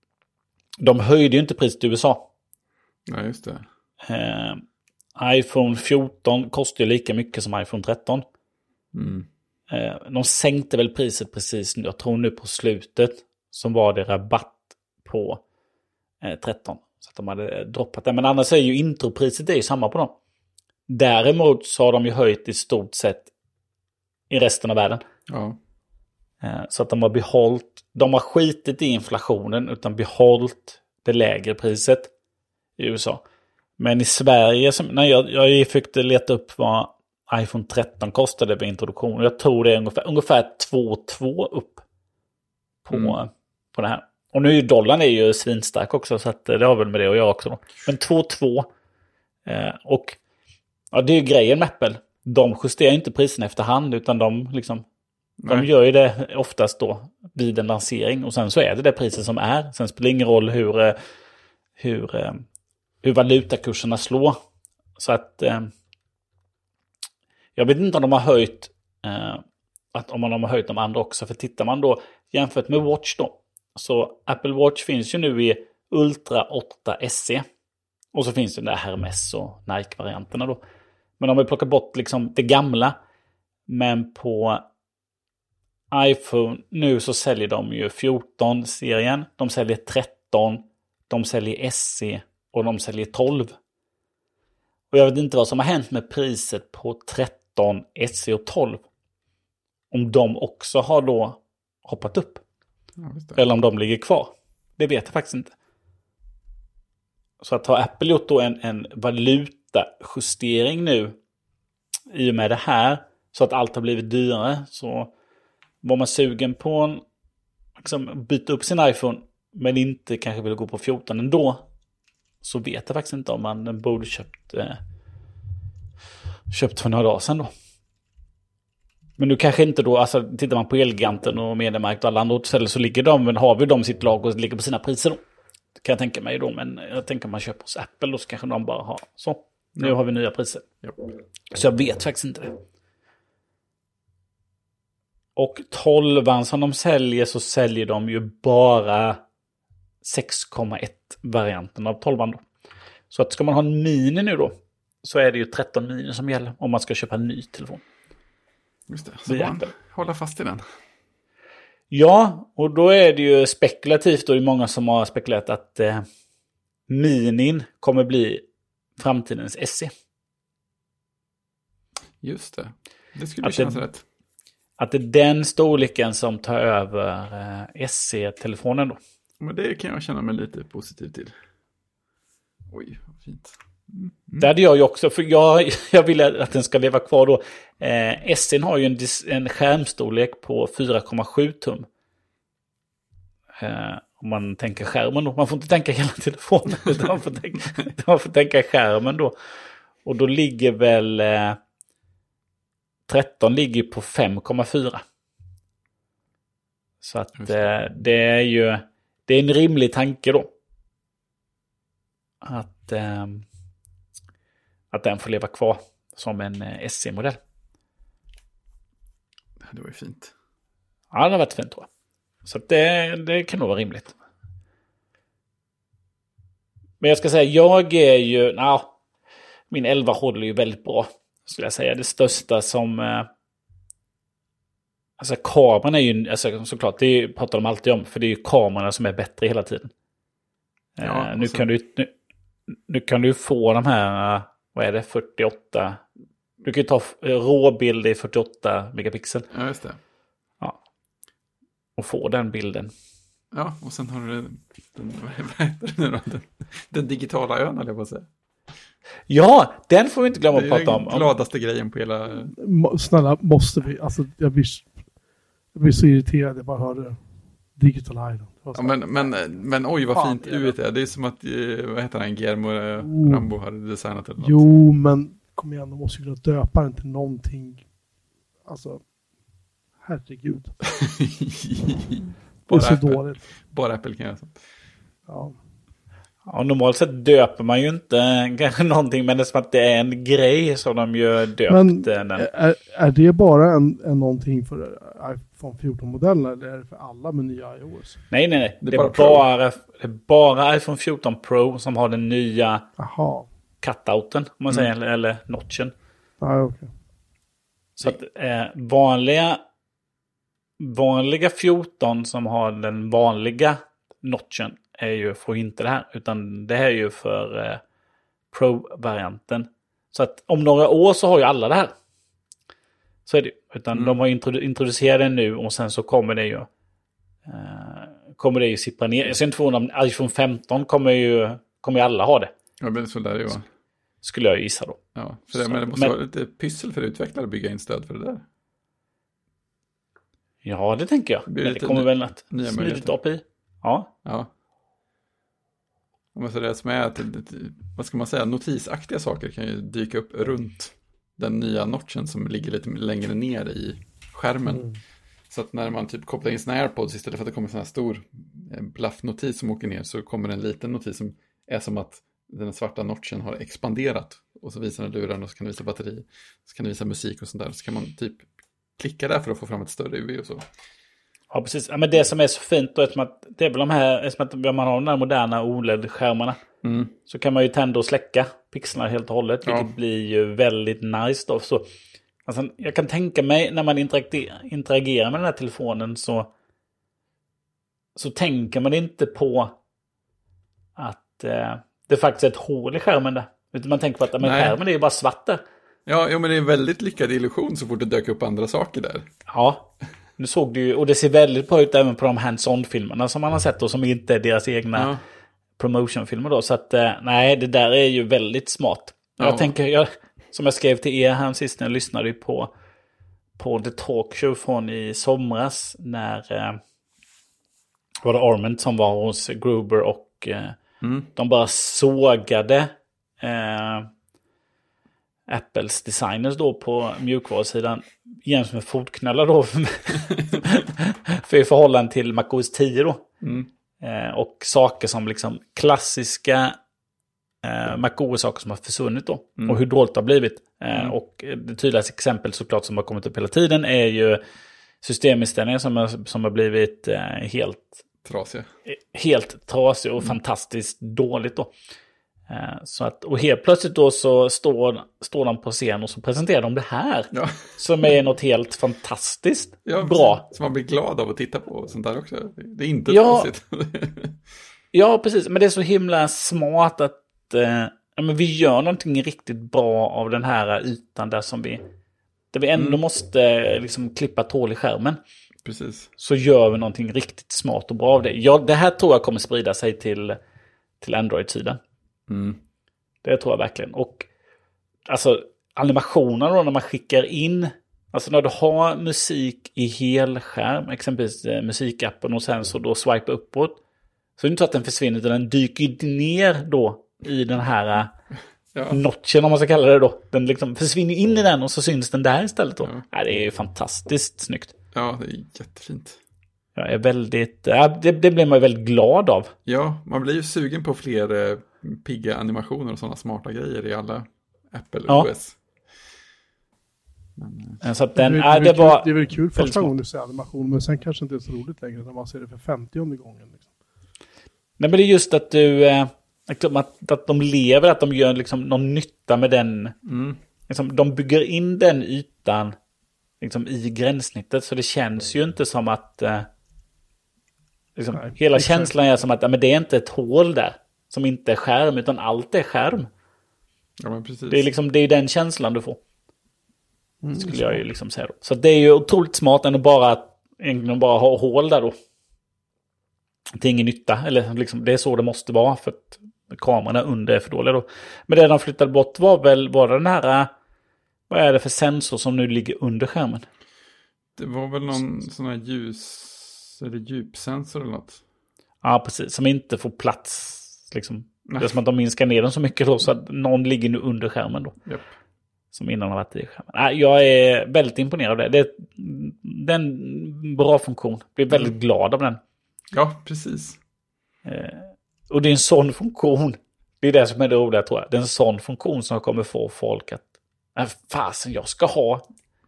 De höjde ju inte priset i U S A. Ja, just det. Eh, iPhone fjorton kostar ju lika mycket som iPhone tretton. Mm. Eh, de sänkte väl priset precis nu, jag tror nu på slutet, som var det rabatt på eh, tretton. Så att de hade droppat det. Men annars är ju intropriset det är ju samma på dem. Däremot så har de ju höjt i stort sett i resten av världen. Ja. Eh, så att de har behållit, de har skitit i inflationen utan behållit det lägre priset i U S A. Men i Sverige, som, när jag, jag fick leta upp vad iPhone tretton kostade vid introduktion. Jag tror det är ungefär, ungefär två komma två upp på, mm. på det här. Och nu är ju dollarn är ju svinstark också, så att det har väl med det att göra också då. Men två komma två. Eh, och ja, det är ju grejen med Apple. De justerar inte priserna efterhand, utan de liksom de gör ju det oftast då vid en lansering. Och sen så är det det priset som är. Sen spelar det ingen roll hur, hur, hur valutakurserna slår. Så att eh, jag vet inte om de har höjt eh, att om man har höjt de andra också. För tittar man då jämfört med Watch då. Så Apple Watch finns ju nu i Ultra åtta S E. Och så finns det där Hermes och Nike-varianterna då. Men om vi plockar bort liksom det gamla. Men på iPhone nu så säljer de ju fjorton-serien. De säljer tretton. De säljer S E. Och de säljer tolv. Och jag vet inte vad som har hänt med priset på tretton, S E och tolv. Om de också har då hoppat upp. Ja, eller om de ligger kvar. Det vet jag faktiskt inte. Så att har Apple gjort då en, en valutajustering nu i och med det här, så att allt har blivit dyrare, så var man sugen på en liksom, byta upp sin iPhone men inte kanske vill gå på fjorton ändå, så vet jag faktiskt inte om man borde köpt eh, köpt för några dagar sedan då. Men nu kanske inte då, alltså tittar man på Elgiganten och Mediamarkt och alla andra ställen, så ligger de, men har vi dem sitt lag och ligger på sina priser då. Det kan jag tänka mig då, men jag tänker man köper hos Apple och så kanske de bara har så. Nu ja. har vi nya priser. Ja. Så jag vet faktiskt inte det. Och tolvan som de säljer, så säljer de ju bara sex komma ett varianten av tolvan då. Så att ska man ha en mini nu då, så är det ju tretton mini som gäller om man ska köpa en ny telefon. Just det, så man hålla fast i den. Ja, och då är det ju spekulativt, och det är många som har spekulerat att eh, minin kommer bli framtidens S E. Just det, det skulle att kännas det, rätt. Att det är den storleken som tar över eh, S E-telefonen då. Men det kan jag känna mig lite positiv till. Oj, vad fint. Mm. Det hade jag ju också, för jag, jag vill att den ska leva kvar då. Eh, S E har ju en, en skärmstorlek på fyra komma sju tum. Eh, om man tänker skärmen då. Man får inte tänka hela telefonen, utan man får tänka, man får tänka skärmen då. Och då ligger väl eh, tretton ligger på fem komma fyra. Så att eh, det är ju det är en rimlig tanke då. Att eh, att den får leva kvar som en eh, S E-modell. Det var ju fint. Ja, det har varit fint tror jag. Så att det, det kan nog vara rimligt. Men jag ska säga, jag är ju, na, min elva håller ju väldigt bra, skulle jag säga. Det största som, eh, alltså kameran är ju, alltså såklart, det pratar de alltid om, för det är ju kamerorna som är bättre hela tiden. Ja, eh, nu, kan du, nu, nu kan du få de här, vad är det, fyrtioåtta, du kan ju ta råbild i fyrtioåtta megapixel. Ja, just det. Ja. Och få den bilden. Ja, och sen har du den, den, vad heter det nu då? Den, den digitala ön, eller jag på att säga. Ja, den får vi inte glömma att prata prata om. Det är den gladaste grejen på hela... Snälla, måste vi? Alltså, jag blir, jag blir så irriterad. Jag bara hörde Digital Island. Ja, men, men, men oj, vad fan, fint U är. Det är som att, vad heter han, Guillermo oh. Rambo har designat eller något. Jo, men kom igen, de måste ju kunna döpa den till någonting. Alltså, herregud. Det är så Apple. dåligt. Bara Apple kan göra så. Ja. Ja, normalt sett döper man ju inte kanske någonting, men det är som att det är en grej som de ju döpt. Men den. Är, är det bara en, en någonting för iPhone fjorton-modellen eller är det för alla med nya iOS? Nej, nej, nej. Det är, det är bara, bara, det är bara iPhone fjorton Pro som har den nya Aha. cutouten, om man Mm. säger, eller, eller notchen. Ja, okay. Så att eh, vanliga vanliga fjorton som har den vanliga notchen är ju får inte det här, utan det här är ju för eh, Pro-varianten. Så att om några år så har ju alla det här. Så är det ju. Utan Mm. de har introdu- introducerat det nu och sen så kommer det ju eh, kommer det ju sippra ner. Jag ser inte förvåna om iPhone femton kommer ju kommer ju alla ha det. Ja, men så där är det ju. Skulle jag gissa då. Ja, för det, Så, men det måste men, vara lite pyssel för utvecklare att bygga in stöd för det där. Ja, det tänker jag. Det blir Men det lite kommer ny- väl ett nya smidigt möjligheter. A P I. Ja. Ja. Men så det som är att, vad ska man säga, notisaktiga saker kan ju dyka upp runt den nya notchen som ligger lite längre ner i skärmen. Mm. Så att när man typ kopplar in sina AirPods, istället för att det kommer en sån här stor blaff-notis som åker ner, så kommer en liten notis som är som att den svarta notchen har expanderat. Och så visar den luren och så kan det visa batteri. Så kan det visa musik och sånt där. Så kan man typ klicka där för att få fram ett större U V och så. Ja, precis. Ja, men det som är så fint då är som att det är väl de här, som att om man har de här moderna O L E D-skärmarna Mm. så kan man ju tända och släcka pixlarna helt och hållet, vilket Ja. blir ju väldigt nice då. Så, alltså, jag kan tänka mig när man interagerar, interagerar med den här telefonen så så tänker man inte på att eh, det faktiskt är ett hål i skärmen där. Utan man tänker på att men Nej. skärmen är ju bara svart där. Ja, ja, men det är en väldigt lyckad illusion så fort det dök upp andra saker där. Ja, nu såg du ju, och det ser väldigt bra ut även på de hands-on-filmerna som man har sett och som inte är deras egna Ja. promotion-filmer då. Så att eh, nej, det där är ju väldigt smart. Ja. Jag tänker, jag, som jag skrev till er här sist när jag lyssnade ju på på The Talk Show från i somras när eh, var det Arment som var hos Gruber och eh, Mm. de bara sågade eh, Apples designers då på mjukvarusidan igen som en fotknölla då för, för i förhållande till macOS tio då. Mm. Eh, och saker som liksom klassiska eh, macOS-saker som har försvunnit då. Mm. Och hur dåligt det har blivit. Eh, Mm. Och det tydligaste exempel såklart som har kommit upp hela tiden är ju systeminställningar som har, som har blivit eh, helt Trasiga. helt trasigt och fantastiskt dåligt då. Eh, Så att, och helt plötsligt då så står, står de på scen och så presenterar de det här. Ja. Som är något helt fantastiskt Ja, bra. som man blir glad av att titta på sånt där också. Det är inte Ja. trasigt. Ja, precis. Men det är så himla smart att eh, ja, men vi gör någonting riktigt bra av den här ytan där som vi där vi ändå Mm. måste eh, liksom klippa ett hål i skärmen. Precis. Så gör vi någonting riktigt smart och bra av det. Ja, det här tror jag kommer sprida sig till, till Android-sidan. Mm. Det tror jag verkligen. Och alltså animationen då när man skickar in, alltså när du har musik i helskärm, exempelvis eh, musikappen och sen så då swipa uppåt, så är det inte så att den försvinner utan den dyker ner då i den här Ja. notchen om man ska kalla det då. Den liksom försvinner in i den och så syns den där istället då. Ja. Ja, det är ju fantastiskt snyggt. Ja, det är jättefint. Jag är väldigt, ja, det, det blir man ju väldigt glad av. Ja, man blir ju sugen på fler eh, pigga animationer och sådana smarta grejer i alla Apple Ja. O S. Men, eh, Så att Det, den, är, ja, det, det är väl var kul, det är väl kul första smart. gången du ser animation, men sen kanske inte är så roligt längre när man ser det för femtionde gången. Liksom. Nej, men det är just att du eh, att, att de lever, att de gör liksom någon nytta med den. mm. Liksom, de bygger in den ytan liksom, i gränssnittet, så det känns ju inte som att eh, liksom, Nej, hela exakt. känslan är som att ja, men det är inte ett hål där som inte är skärm, utan allt är skärm. Ja, men precis. Det är liksom, det är den känslan du får. Mm, Skulle jag ju liksom säga då. Så det är ju otroligt smart än att bara, egentligen bara ha hål där då. till ingen nytta. Eller liksom, det är så det måste vara för att kamerorna under är för dåliga då. Men det de flyttade bort var väl bara den här, vad är det för sensor som nu ligger under skärmen? Det var väl någon sån här ljus eller djupsensor eller något. Ja, precis. Som inte får plats. Liksom. Det är som att de minskar ner den så mycket då så att någon ligger nu under skärmen då. Yep. Som innan har varit i skärmen. Nej, jag är väldigt imponerad av det. Det är, det är en bra funktion. Jag blir väldigt mm. glad av den. Ja, precis. Eh, och det är en sån funktion. Det är det som är det roliga, tror jag. Det är en sån funktion som kommer få folk att äh, fasen, jag ska ha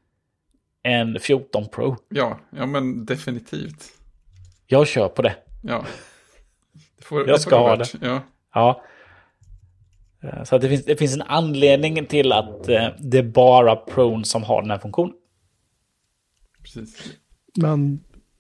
en fjorton Pro. Ja, ja men definitivt. Jag kör på det. Ja. Det får, jag det ska får ha det. Ja. Ja. Så att det, finns, det finns en anledning till att eh, det är bara Pro som har den här funktionen. Precis. Men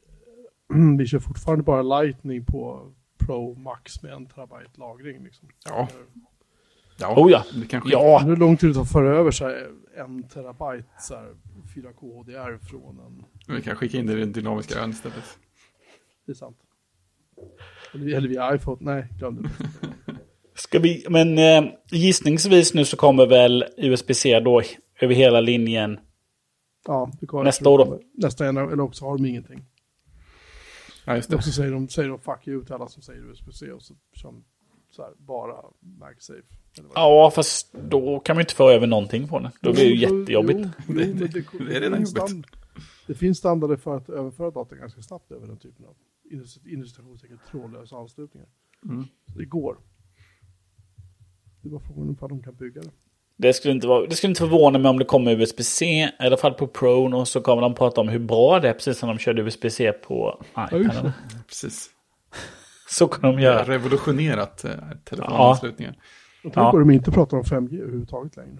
vi kör fortfarande bara Lightning på Pro Max med en terabyte lagring. Liksom. Ja. Ja. Oh ja. Det kanske... ja. Hur lång tid det tar att föra över sig en terabyte så här, fyra K H D R från en... Vi kan skicka in det i den dynamiska ön istället. Det är sant. Eller, eller via iPhone. Nej, glöm det. Ska vi, men eh, gissningsvis nu så kommer väl U S B-C då över hela linjen ja, det kommer nästa år då. Nästa en, eller också har de ingenting. Ja, just det. Och så säger de, säger de fuck you till alla som säger U S B-C och så kör de så här, bara MagSafe. Ja, fast då kan man inte få över någonting på den. Då blir det ju jättejobbigt. Jo, jo, det, det, det, det är redan jobbigt. Det finns standarder för att överföra data ganska snabbt över den typen av institutionssäkert trådlösa anslutningar. Mm. Så det går. Det var frågan om de kan bygga det. Det skulle inte vara, det skulle inte förvåna mig om det kommer U S B-C, i alla fall på Pro, och så kommer de prata om hur bra det är, precis som de körde U S B-C på iPad. Ja, precis. Så kan de göra. Revolutionerat eh, telefonanslutningen. Ja. Jag tror ja. de inte pratar om fem G överhuvudtaget längre.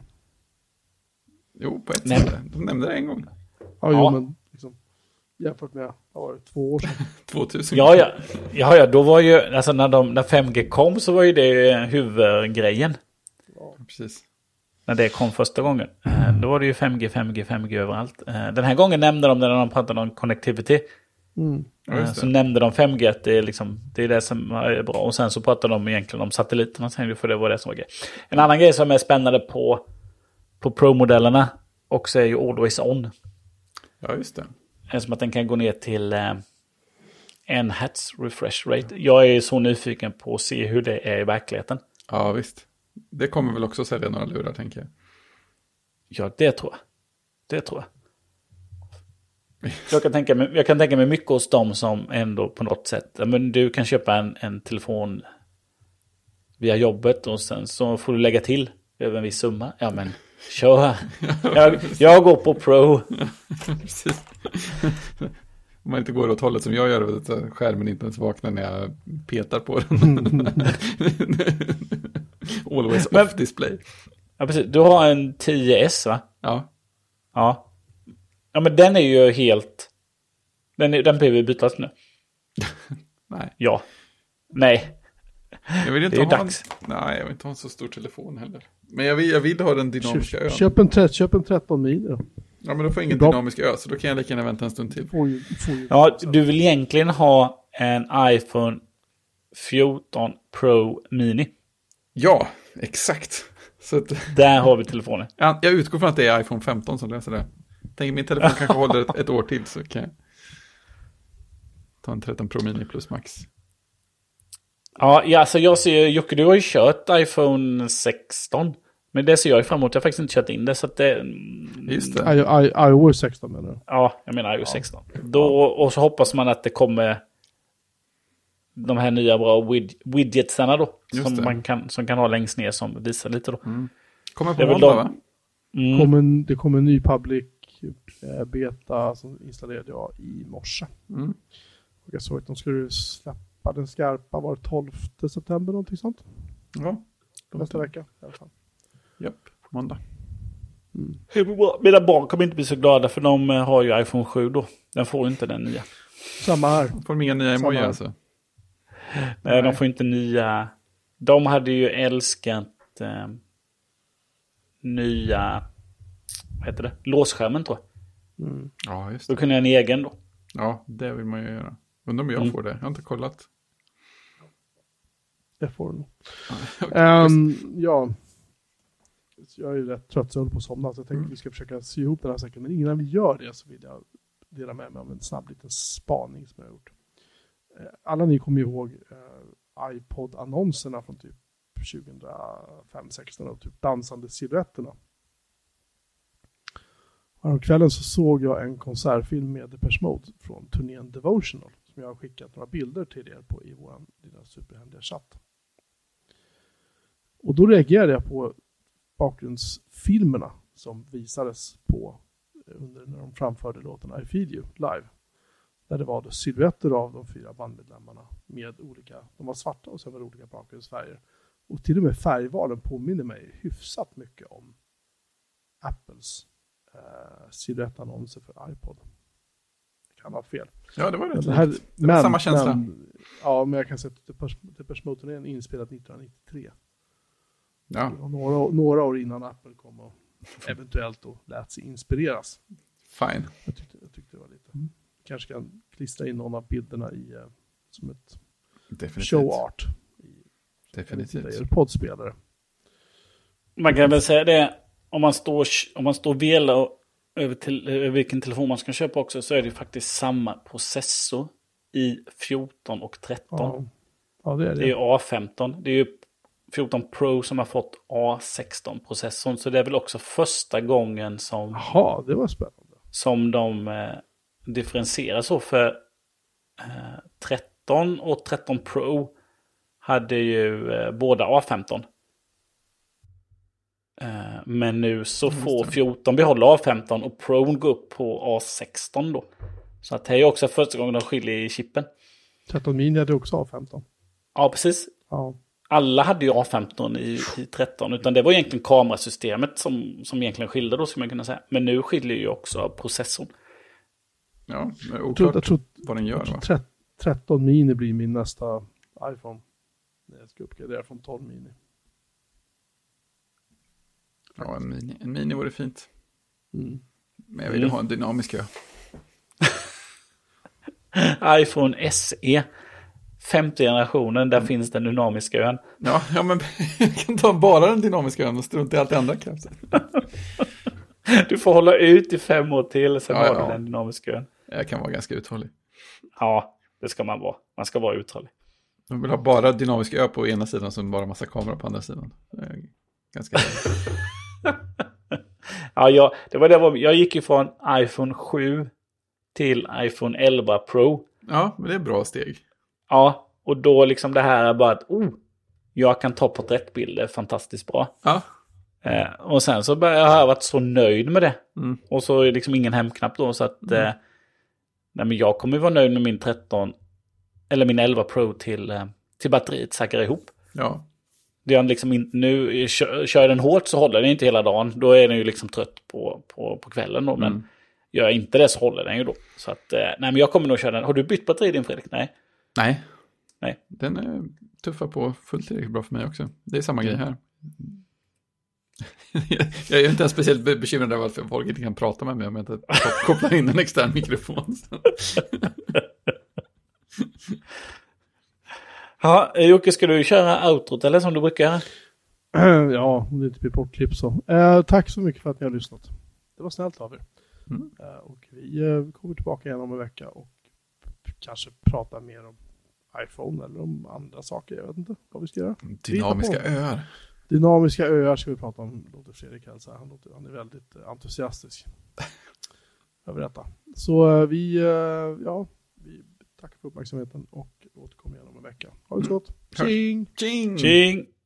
Jo, på ett Nej. sätt. De nämnde det en gång. Ja, ja. Jo, men liksom, jämfört med vad var det, två år sedan. tvåtusen. Ja, ja, ja, ja, då var ju, alltså när, de, när fem G kom så var ju det huvudgrejen. Ja, precis. När det kom första gången. Mm. Då var det ju fem G, fem G, fem G överallt. Den här gången nämnde de, när de pratade om connectivity, mm. ja, så nämnde de fem G, att det är, liksom, det är det som är bra. Och sen så pratade de egentligen om satelliterna, för det var det som var grej. En annan grej som är spännande på, på Pro-modellerna också är ju Always On. Ja, just det. Det är som att den kan gå ner till eh, en hertz refresh rate. Jag är så nyfiken på att se hur det är i verkligheten. Ja, visst. Det kommer väl också sälja några lurar, tänker jag. Ja, det tror jag. Det tror jag. Jag kan tänka mig, jag kan tänka mig mycket hos dem som ändå på något sätt, men du kan köpa en, en telefon via jobbet och sen så får du lägga till över en viss summa. Ja, men kör. Jag, jag går på Pro. Precis. Om man inte går åt hållet som jag gör, att skärmen inte ens vaknar när jag petar på den. Always men, off display. Ja, precis. Du har en tio S, va? Ja. Ja. Ja, men den är ju helt... Den, är, den behöver bytas nu. Nej. Ja. Nej. Jag vill inte det är ha dags. En, nej, jag vill inte ha en så stor telefon heller. Men jag vill, jag vill ha den dynamiska köp, ön. Köp en, köp en tretton mini då. Ja, men då får jag ingen dynamisk ö, så då kan jag lika gärna vänta en stund till. Får ju, får ju ja, du vill egentligen ha en iPhone fjorton Pro Mini. Ja, exakt. Så att, där har vi telefonen. Ja, jag utgår från att det är iPhone femton som löser det. Tänk min telefon kanske håller ett, ett år till, så kan jag ta en tretton Pro Mini plus max. Ja, ja, alltså jag ser, Jocke, du har ju kört iPhone sexton. Men det ser jag ju fram emot. Jag har faktiskt inte kört in det, så att det... Just det. I, I, iOS sexton menar du? Ja, jag menar iOS sexton. Då, och så hoppas man att det kommer de här nya bra wid, widgetsarna då. Som man kan, som kan ha längst ner, som visar lite då. Mm. Kommer på måndag, va? Mm. Kom en, det kommer en ny public eh, beta som installerade jag i morse. Mm. Och jag såg att de skulle släppa den skarpa, var det tolfte september någonting sånt? Ja. Nästa vecka i alla fall. Japp, på måndag. Mm. Mina barn kommer inte bli så glada, för de har ju iPhone sju då. Den får inte den nya. Samma här. Får de inga nya emoji alltså? Nej, Nej, de får inte nya. De hade ju älskat eh, nya, vad heter det? Låsskärmen, tror jag. Mm. Ja, just det. Då kunde jag en egen då. Ja, det vill man ju göra. Undrar om jag mm. får det. Jag har inte kollat. F får du. um, ja. Jag är ju rätt trött så jag håller på att somna. Så jag tänkte mm. att vi ska försöka sy ihop den här säcken. Men innan vi gör det så vill jag dela med mig av en snabb liten spaning som jag har gjort. Alla ni kommer ihåg uh, iPod-annonserna från typ tjugohundrafem sexton och typ dansande silhuetterna. Kvällen så såg jag en konsertfilm med Depeche Mode från turnén Devotional som jag har skickat några bilder till er på i vår lilla superhändiga chatt. Och då reagerade jag på bakgrundsfilmerna som visades på under när de framförde låten I Feel You live. Där det var silhuetter av de fyra bandmedlemmarna med olika, de var svarta och sen var det olika bakgrundsfärger. Och till och med färgvalen påminner mig hyfsat mycket om Apples uh, silhuettannonser för iPod. Det kan vara fel. Ja, det var det. Det, här, det men, var samma känsla. Men, ja, men jag kan säga att Depeche Mode-turnén är inspelad nittonhundranittiotre. Ja. Några, några år innan Apple kom och eventuellt då lät sig inspireras. Fine. Jag tyckte, jag tyckte det var lite. Mm. Kanske kan klistra in någon av bilderna i uh, som ett Definitivt. show art. I, Definitivt. I poddspelare. Man kan väl säga det, om man står, om man står och velar över, till, över vilken telefon man ska köpa också, så är det ju faktiskt samma processor i fjorton och tretton. Ja, ja det är det. Det är ju A femton. Det är ju fjorton Pro som har fått A sexton-processorn. Så det är väl också första gången som... Jaha, det var spännande. Som de eh, differentierar så, för eh, tretton och tretton Pro hade ju eh, båda A femton. Eh, men nu så får fjorton behålla A femton och Pro går upp på A sexton då. Så att det är också första gången de skiljer i chippen. tretton mini hade också A femton. Ja, precis. Ja. Alla hade ju A femton i, i tretton, utan det var egentligen kamerasystemet som, som egentligen skilde då, skulle man kunna säga. Men nu skiljer ju också processorn. Ja, det är oklart jag tror, jag tror, vad den gör. Jag tror tretton mini blir min nästa iPhone. Jag ska uppgradera från tolv mini. Ja, en mini, en mini vore fint. Mm. Men jag vill mm. ha en dynamisk ö. iPhone S E. Femte generationen, där mm. finns den dynamiska ön. Ja, ja, men jag kan ta bara den dynamiska ön och strunta i allt det andra kanske. Du får hålla ut i fem år till, sen ja, har du ja. den dynamiska ön. Jag kan vara ganska uthållig. Ja, det ska man vara. Man ska vara uthållig. De vill ha bara dynamisk ö på ena sidan, som bara massa kameror på andra sidan. Ganska ja, jag, det var det var, jag gick ju från iPhone sju till iPhone elva Pro. Ja, men det är bra steg. Ja, och då liksom det här är bara att oh, jag kan ta porträttbilder fantastiskt bra. Ja. Eh, och sen så började jag ha varit så nöjd med det. Mm. Och så är liksom ingen hemknapp då, så att mm. eh, nej, men jag kommer ju vara nöjd med min tretton eller min elva Pro till, eh, till batteriet säkrar ihop. Ja. Det är liksom in, nu kör, kör den hårt så håller den inte hela dagen. Då är den ju liksom trött på, på, på kvällen då, men mm. gör jag inte det så håller den ju då. Så att, eh, nej men jag kommer nog köra den. Har du bytt batteri din, Fredrik? Nej. Nej. Nej. Den är tuffa på fullt tillräckligt bra för mig också. Det är samma mm. grej här. Jag är inte ens speciellt bekymrad över att folk inte kan prata med mig om jag inte kopplar in en extern mikrofon. Ja, Jocke, ska du köra outrot eller som du brukar göra? Ja, det är typ ett bortklipp så. Eh, tack så mycket för att ni har lyssnat. Det var snällt av er. Mm. Eh, och vi eh, kommer tillbaka igen om en vecka och kanske prata mer om iPhone eller om andra saker. Jag vet inte vad vi ska göra. Dynamiska öar. Dynamiska öar ska vi prata om, låter Fredrik hälsa. Han, låter, han är väldigt entusiastisk över detta. Så vi, ja, vi tackar för uppmärksamheten och återkommer igen om en vecka. Ha det så gott. Tjing! Tjing! Tjing!